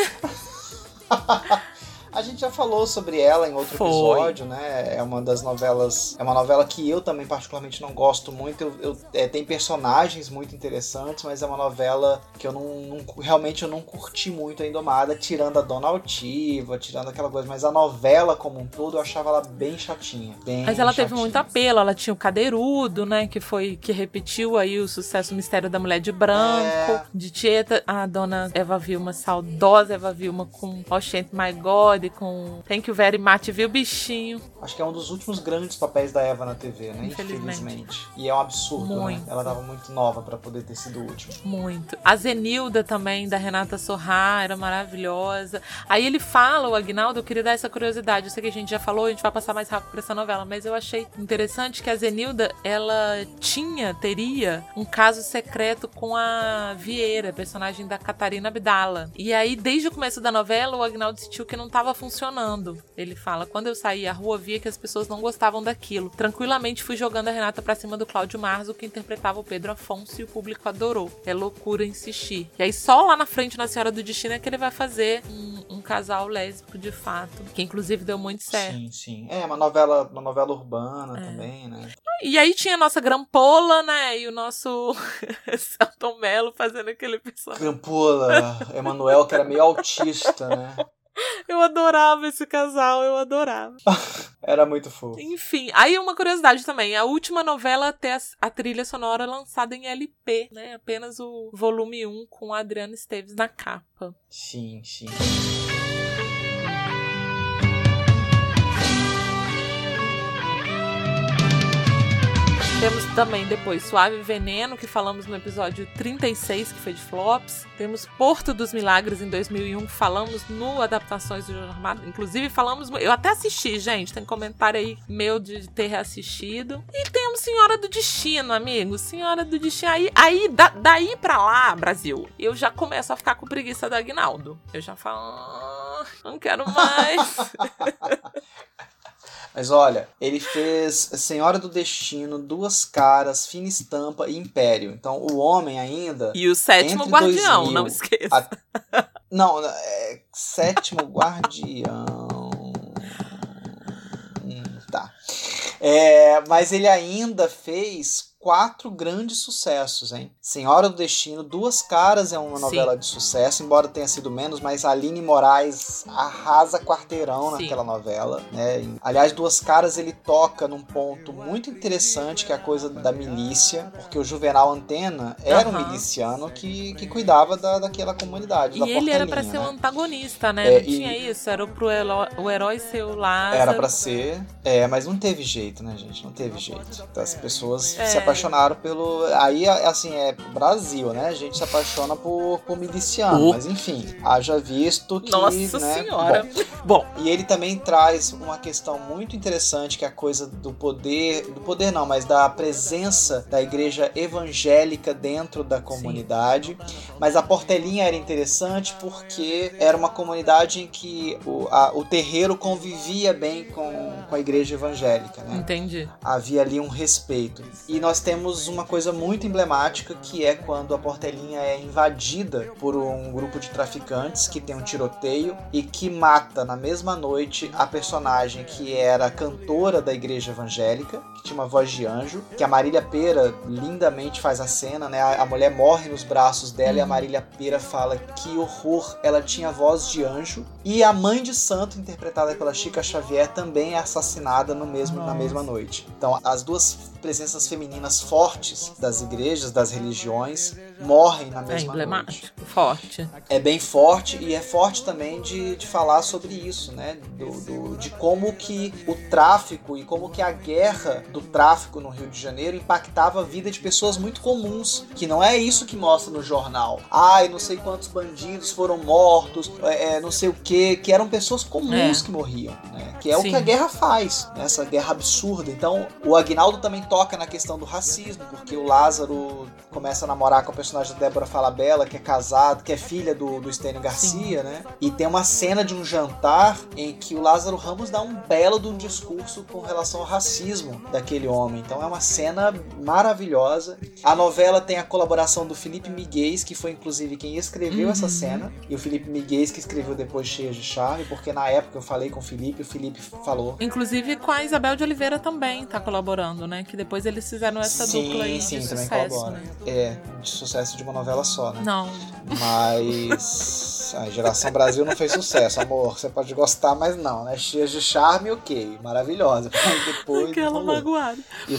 A gente já falou sobre ela em outro Foi. episódio, né? É uma das novelas... É uma novela que eu também particularmente não gosto muito. Eu, eu- é, tem personagens muito interessantes, mas é uma novela que eu não, não- realmente eu não curti muito a Indomada, tirando a Dona Altiva, tirando aquela coisa. Mas a novela como um todo, eu achava ela bem chatinha. Bem Mas ela teve chatinha. muito apelo, ela tinha o Cadeirudo, né, que foi, que repetiu aí o sucesso Mistério da Mulher de Branco, É. de Tieta, a dona Eva Vilma, saudosa Eva Vilma com Oxente My God, com Thank You Very Much, viu, bichinho? Acho que é um dos últimos grandes papéis da Eva na T V, né? Infelizmente. Infelizmente. E é um absurdo, Muito. né? Ela tava muito nova pra poder ter sido o último. Muito. A Zenilda também, da Renata Sorrá, era maravilhosa. Aí ele fala, o Aguinaldo, eu queria dar essa curiosidade, eu sei que a gente já falou, a gente vai passar mais rápido pra essa novela, mas eu achei interessante que a Zenilda, ela tinha, teria um caso secreto com a Vieira, personagem da Catarina Abdala. E aí, desde o começo da novela, o Aguinaldo sentiu que não estava funcionando. Ele fala, quando eu saí à rua, via que as pessoas não gostavam daquilo. Tranquilamente fui jogando a Renata pra cima do Cláudio Marzo, que interpretava o Pedro Afonso, e o público adorou. É loucura insistir. E aí, só lá na frente, na Senhora do Destino, é que ele vai fazer um, um casal lésbico de fato, que inclusive deu muito certo. Sim, sim. É, uma novela, uma novela urbana É. também, né? E aí tinha a nossa Grampola, né? E o nosso Celton Mello fazendo aquele personagem. Grampola, Emanuel, que era meio autista, né? Eu adorava esse casal, eu adorava. Era muito fofo. Enfim, aí uma curiosidade também. A última novela a ter a, a trilha sonora lançada em L P, né? Apenas o volume um com a Adriana Esteves na capa. Sim, sim. Temos também depois Suave Veneno, que falamos no episódio trinta e seis, que foi de flops. Temos Porto dos Milagres, em dois mil e um, que falamos no Adaptações do Jornal Armado. Inclusive, falamos... Eu até assisti, gente. Tem comentário aí meu de ter reassistido. E temos Senhora do Destino, amigo. Senhora do Destino. Aí, aí da, daí pra lá, Brasil, eu já começo a ficar com preguiça do Aguinaldo. Eu já falo... "Ah, não quero mais." Mas olha, ele fez Senhora do Destino, Duas Caras, Fina Estampa e Império. Então o homem ainda... E o Sétimo Entre Guardião, dois mil não esqueça. a- Não, é Sétimo Guardião... Hum, tá. É, mas ele ainda fez quatro grandes sucessos, hein? Senhora do Destino, Duas Caras é uma Sim. novela de sucesso, embora tenha sido menos, mas a Aline Moraes arrasa quarteirão Sim. naquela novela, né? Aliás, Duas Caras ele toca num ponto muito interessante, que é a coisa da milícia, porque o Juvenal Antena era um Aham. miliciano que, que cuidava da, daquela comunidade, da E ele era pra Portelinha, ser né? um antagonista, né? É, não e- tinha isso. Era pro elo- o herói ser o Lázaro. Era pra ser, é, mas não teve jeito, né, gente? Não teve jeito. Então, as pessoas É. se apaixonaram pelo... Aí, assim, é Brasil, né? A gente se apaixona por, por miliciano. Oh. Mas, enfim, haja visto que... Nossa né? senhora! Bom, bom, e ele também traz uma questão muito interessante, que é a coisa do poder... Do poder não, mas da presença da igreja evangélica dentro da comunidade. Sim. Mas a Portelinha era interessante porque era uma comunidade em que o, a, o terreiro convivia bem com, com a igreja evangélica, né? Entendi. Havia ali um respeito. E nós temos uma coisa muito emblemática, que é quando a Portelinha é invadida por um grupo de traficantes que tem um tiroteio e que mata na mesma noite a personagem que era cantora da igreja evangélica, que tinha uma voz de anjo, que a Marília Pêra lindamente faz a cena, né? A, a mulher morre nos braços dela, uhum. E a Marília Pêra fala que horror, ela tinha voz de anjo. E a mãe de santo, interpretada pela Chica Xavier, também é assassinada no mesmo, na mesma noite. Então, as duas presenças femininas fortes das igrejas, das religiões, morrem na mesma noite. É emblemático, noite. Forte. É bem forte, e é forte também de, de falar sobre isso, né? Do, do, de como que o tráfico e como que a guerra do tráfico no Rio de Janeiro impactava a vida de pessoas muito comuns, que não é isso que mostra no jornal. Ai, não sei quantos bandidos foram mortos, é, não sei o que, que eram pessoas comuns é. que morriam, né? Que é Sim. o que a guerra faz, né? Essa guerra absurda. Então, o Aguinaldo também toca na questão do racismo, porque o Lázaro começa a namorar com a personagem da Débora Falabella, que é casado, que é filha do, do Estênio Garcia, Sim. né? E tem uma cena de um jantar em que o Lázaro Ramos dá um belo de um discurso com relação ao racismo daquele homem. Então é uma cena maravilhosa. A novela tem a colaboração do Felipe Miguez, que foi inclusive quem escreveu uhum. essa cena, e o Felipe Miguez que escreveu depois Cheias de Charme, porque na época eu falei com o Felipe, o Felipe falou. Inclusive com a Isabel de Oliveira também tá colaborando, né? Que depois eles fizeram essa sim, dupla aí sim, de também sucesso, colabora. né? É, de sucesso de uma novela só, né? Não. Mas a Geração Brasil não fez sucesso, amor. Você pode gostar, mas não, né? Cheias de Charme, ok. Maravilhosa. Depois, aquela rolou. magoada. E...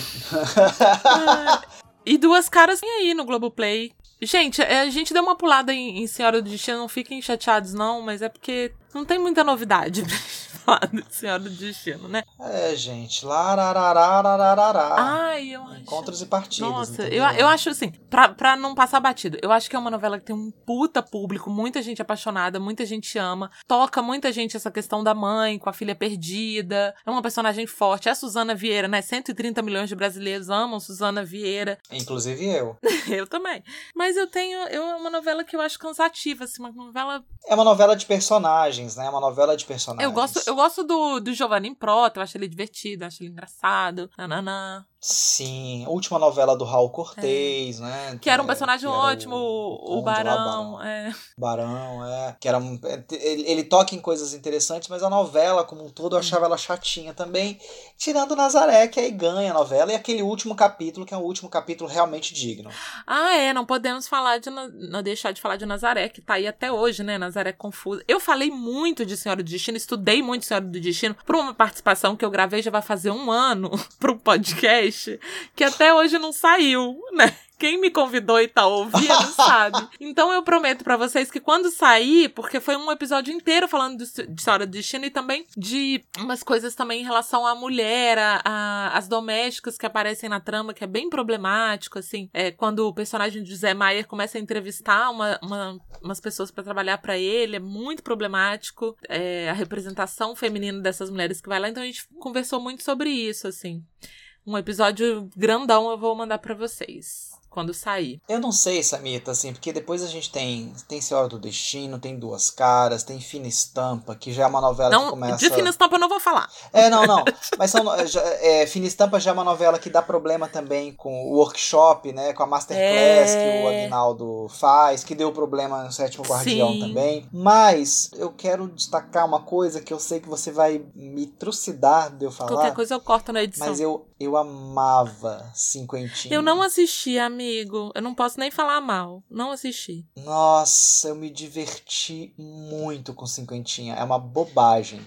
e Duas Caras tem aí no Globoplay. Gente, a gente deu uma pulada em, em Senhora do Destino, não fiquem chateados não, mas é porque não tem muita novidade pra falar de Senhora do Destino, né? É, gente, lararararararará. Ai, eu acho... Encontros e partidas. Nossa, eu, eu acho assim, pra, pra não passar batido, eu acho que é uma novela que tem um puta público, muita gente apaixonada, muita gente ama, toca muita gente essa questão da mãe com a filha perdida, é uma personagem forte, é a Suzana Vieira, né? cento e trinta milhões de brasileiros amam Suzana Vieira. Inclusive eu. Eu também. Mas eu tenho, eu, é uma novela que eu acho cansativa, assim, uma novela... É uma novela de personagens, né? É uma novela de personagens. Eu gosto, eu gosto do, do Giovanni Prota, eu acho ele divertido, eu acho ele engraçado, nananã. Sim, a última novela do Raul Cortez, é. né? Que era um personagem ótimo, o, o Barão, Barão, é. Barão, é. Que era um, ele, ele toca em coisas interessantes, mas a novela como um todo eu achava ela chatinha também, tirando Nazaré, que aí ganha a novela, e aquele último capítulo, que é o último capítulo realmente digno. Ah, é, não podemos falar de, não deixar de falar de Nazaré, que tá aí até hoje, né? Nazaré Confusa. Eu falei muito de Senhora do Destino, estudei muito Senhora do Destino, por uma participação que eu gravei já vai fazer um ano pro podcast, que até hoje não saiu, né? Quem me convidou e tá ouvindo sabe. Então eu prometo pra vocês que quando sair, porque foi um episódio inteiro falando de Senhora do Destino e também de umas coisas também em relação à mulher, a, a, as domésticas que aparecem na trama, que é bem problemático, assim. É, quando o personagem de José Maier começa a entrevistar uma, uma, umas pessoas pra trabalhar pra ele, é muito problemático. É, a representação feminina dessas mulheres que vai lá. Então a gente conversou muito sobre isso, assim. Um episódio grandão eu vou mandar pra vocês quando sair. Eu não sei, Samita, assim, porque depois a gente tem tem Senhora do Destino, tem Duas Caras, tem Fina Estampa, que já é uma novela não, que começa... De Fina Estampa eu não vou falar. É, não, não. Mas são, já, é, Fina Estampa já é uma novela que dá problema também com o workshop, né? Com a Masterclass é... que o Aguinaldo faz, que deu problema no Sétimo Guardião Sim. também. Mas eu quero destacar uma coisa que eu sei que você vai me trucidar de eu falar. Qualquer coisa eu corto na edição. Mas eu, eu amava Cinquentinha. Eu não assisti, amigo. Eu não posso nem falar mal. Não assisti. Nossa, eu me diverti muito com Cinquentinha. É uma bobagem.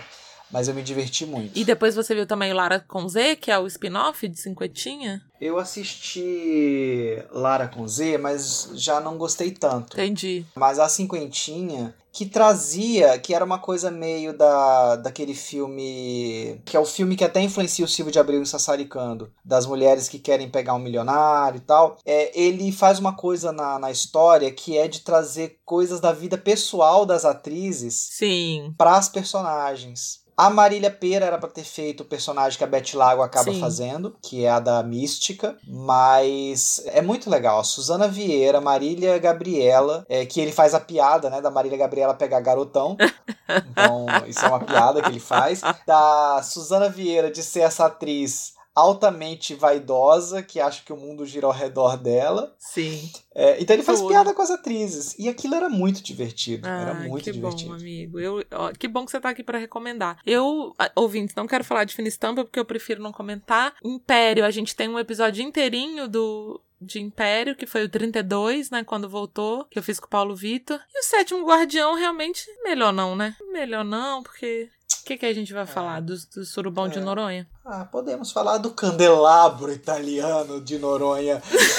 mas eu me diverti muito. E depois você viu também Lara com Z, que é o spin-off de Cinquentinha? Eu assisti Lara com Z, mas já não gostei tanto. Entendi. Mas a Cinquentinha, que trazia, que era uma coisa meio da, daquele filme, que é o filme que até influencia o Silvio de Abreu em Sassaricando, das mulheres que querem pegar um milionário e tal. É, ele faz uma coisa na, na história que é de trazer coisas da vida pessoal das atrizes Sim. para as personagens. A Marília Pêra era pra ter feito o personagem que a Beth Lago acaba Sim. fazendo, que é a da Mística, mas é muito legal. A Suzana Vieira, Marília Gabriela, é, que ele faz a piada, né, da Marília Gabriela pegar garotão. Então, isso é uma piada que ele faz. Da Suzana Vieira de ser essa atriz altamente vaidosa, que acha que o mundo gira ao redor dela. Sim. É, então ele faz Tudo. piada com as atrizes. E aquilo era muito divertido. Ah, era muito que divertido. bom, amigo. Eu, ó, que bom que você tá aqui pra recomendar. Eu, a- ouvintes, não quero falar de Fina Estampa porque eu prefiro não comentar. Império, a gente tem um episódio inteirinho do... de Império, que foi o trinta e dois, né, quando voltou, que eu fiz com o Paulo Vitor. E o Sétimo Guardião, realmente, melhor não, né? Melhor não, porque... O que, que a gente vai falar do, do Surubão É. de Noronha? Ah, podemos falar do candelabro italiano de Noronha.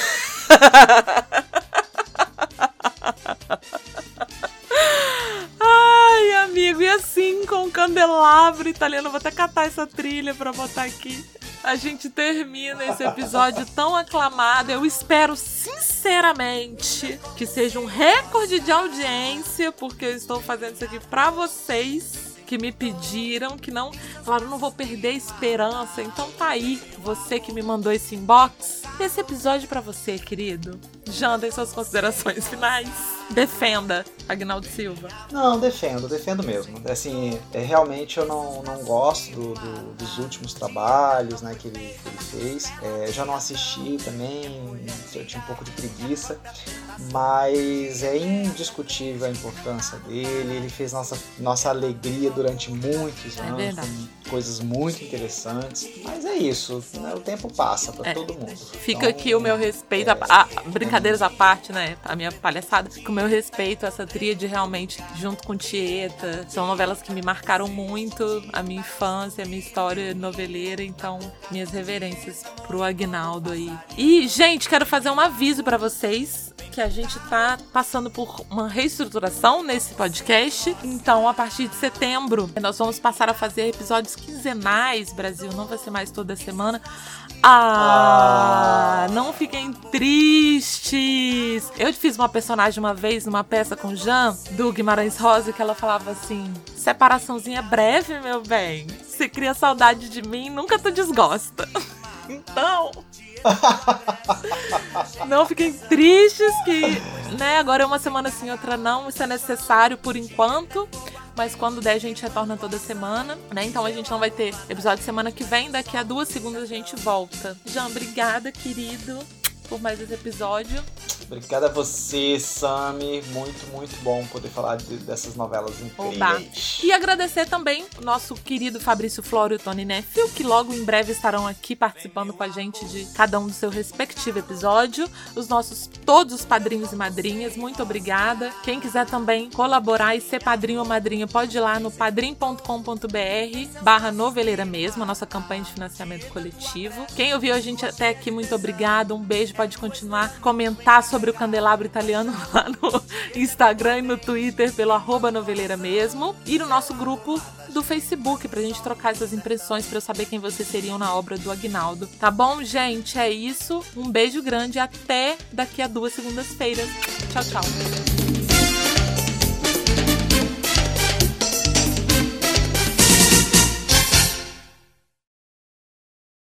Ai, amigo, e assim, com o candelabro italiano, eu vou até catar essa trilha pra botar aqui. A gente termina esse episódio tão aclamado. Eu espero sinceramente que seja um recorde de audiência, porque eu estou fazendo isso aqui pra vocês que me pediram, que não falaram, não vou perder a esperança. Então tá aí, você que me mandou esse inbox, esse episódio pra você, querido. Janda, em suas considerações finais, defenda Agnaldo Silva. Não, defendo, defendo mesmo. Assim, é, realmente eu não, não gosto do, do, dos últimos trabalhos, né, que ele, que ele fez. É, já não assisti também, eu tinha um pouco de preguiça. Mas é indiscutível a importância dele. Ele fez nossa, nossa alegria durante muitos É anos, verdade. com coisas muito interessantes. Mas é isso, né, o tempo passa para É. todo mundo. Fica Então, aqui o meu respeito, é, a, a- brincadeiras à parte, né? A minha palhaçada. Com o meu respeito, essa tríade realmente, junto com Tieta, são novelas que me marcaram muito a minha infância, a minha história noveleira. Então, minhas reverências pro Agnaldo aí. E, gente, quero fazer um aviso pra vocês. Que a gente tá passando por uma reestruturação nesse podcast. Então, a partir de setembro, nós vamos passar a fazer episódios quinzenais, Brasil. Não vai ser mais toda semana. Ah, não fiquem tristes. Eu fiz uma personagem uma vez numa peça com o Jean, do Guimarães Rosa, que ela falava assim: separaçãozinha breve, meu bem. Você cria saudade de mim, nunca tu desgosta. Então... Não fiquem tristes que, né, agora é uma semana sim, outra não. Isso é necessário por enquanto. Mas quando der, a gente retorna toda semana, né? Então a gente não vai ter episódio semana que vem. Daqui a duas segundas a gente volta. Jean, obrigada, querido, por mais esse episódio. Obrigado a você, Sami. Muito, muito bom poder falar de, dessas novelas Oba. incríveis. E agradecer também o nosso querido Fabrício Flório e o Tony Neffel, que logo em breve estarão aqui participando com a gente de cada um do seu respectivo episódio. Os nossos, todos os padrinhos e madrinhas, muito obrigada. Quem quiser também colaborar e ser padrinho ou madrinha, pode ir lá no padrim ponto com ponto br barra noveleira mesmo, a nossa campanha de financiamento coletivo. Quem ouviu a gente até aqui, muito obrigada. Um beijo, pode continuar a comentar sobre o candelabro italiano lá no Instagram e no Twitter pelo arroba noveleira mesmo. E no nosso grupo do Facebook pra gente trocar essas impressões, pra eu saber quem vocês seriam na obra do Agnaldo. Tá bom, gente? É isso. Um beijo grande e até daqui a duas segundas-feiras. Tchau, tchau.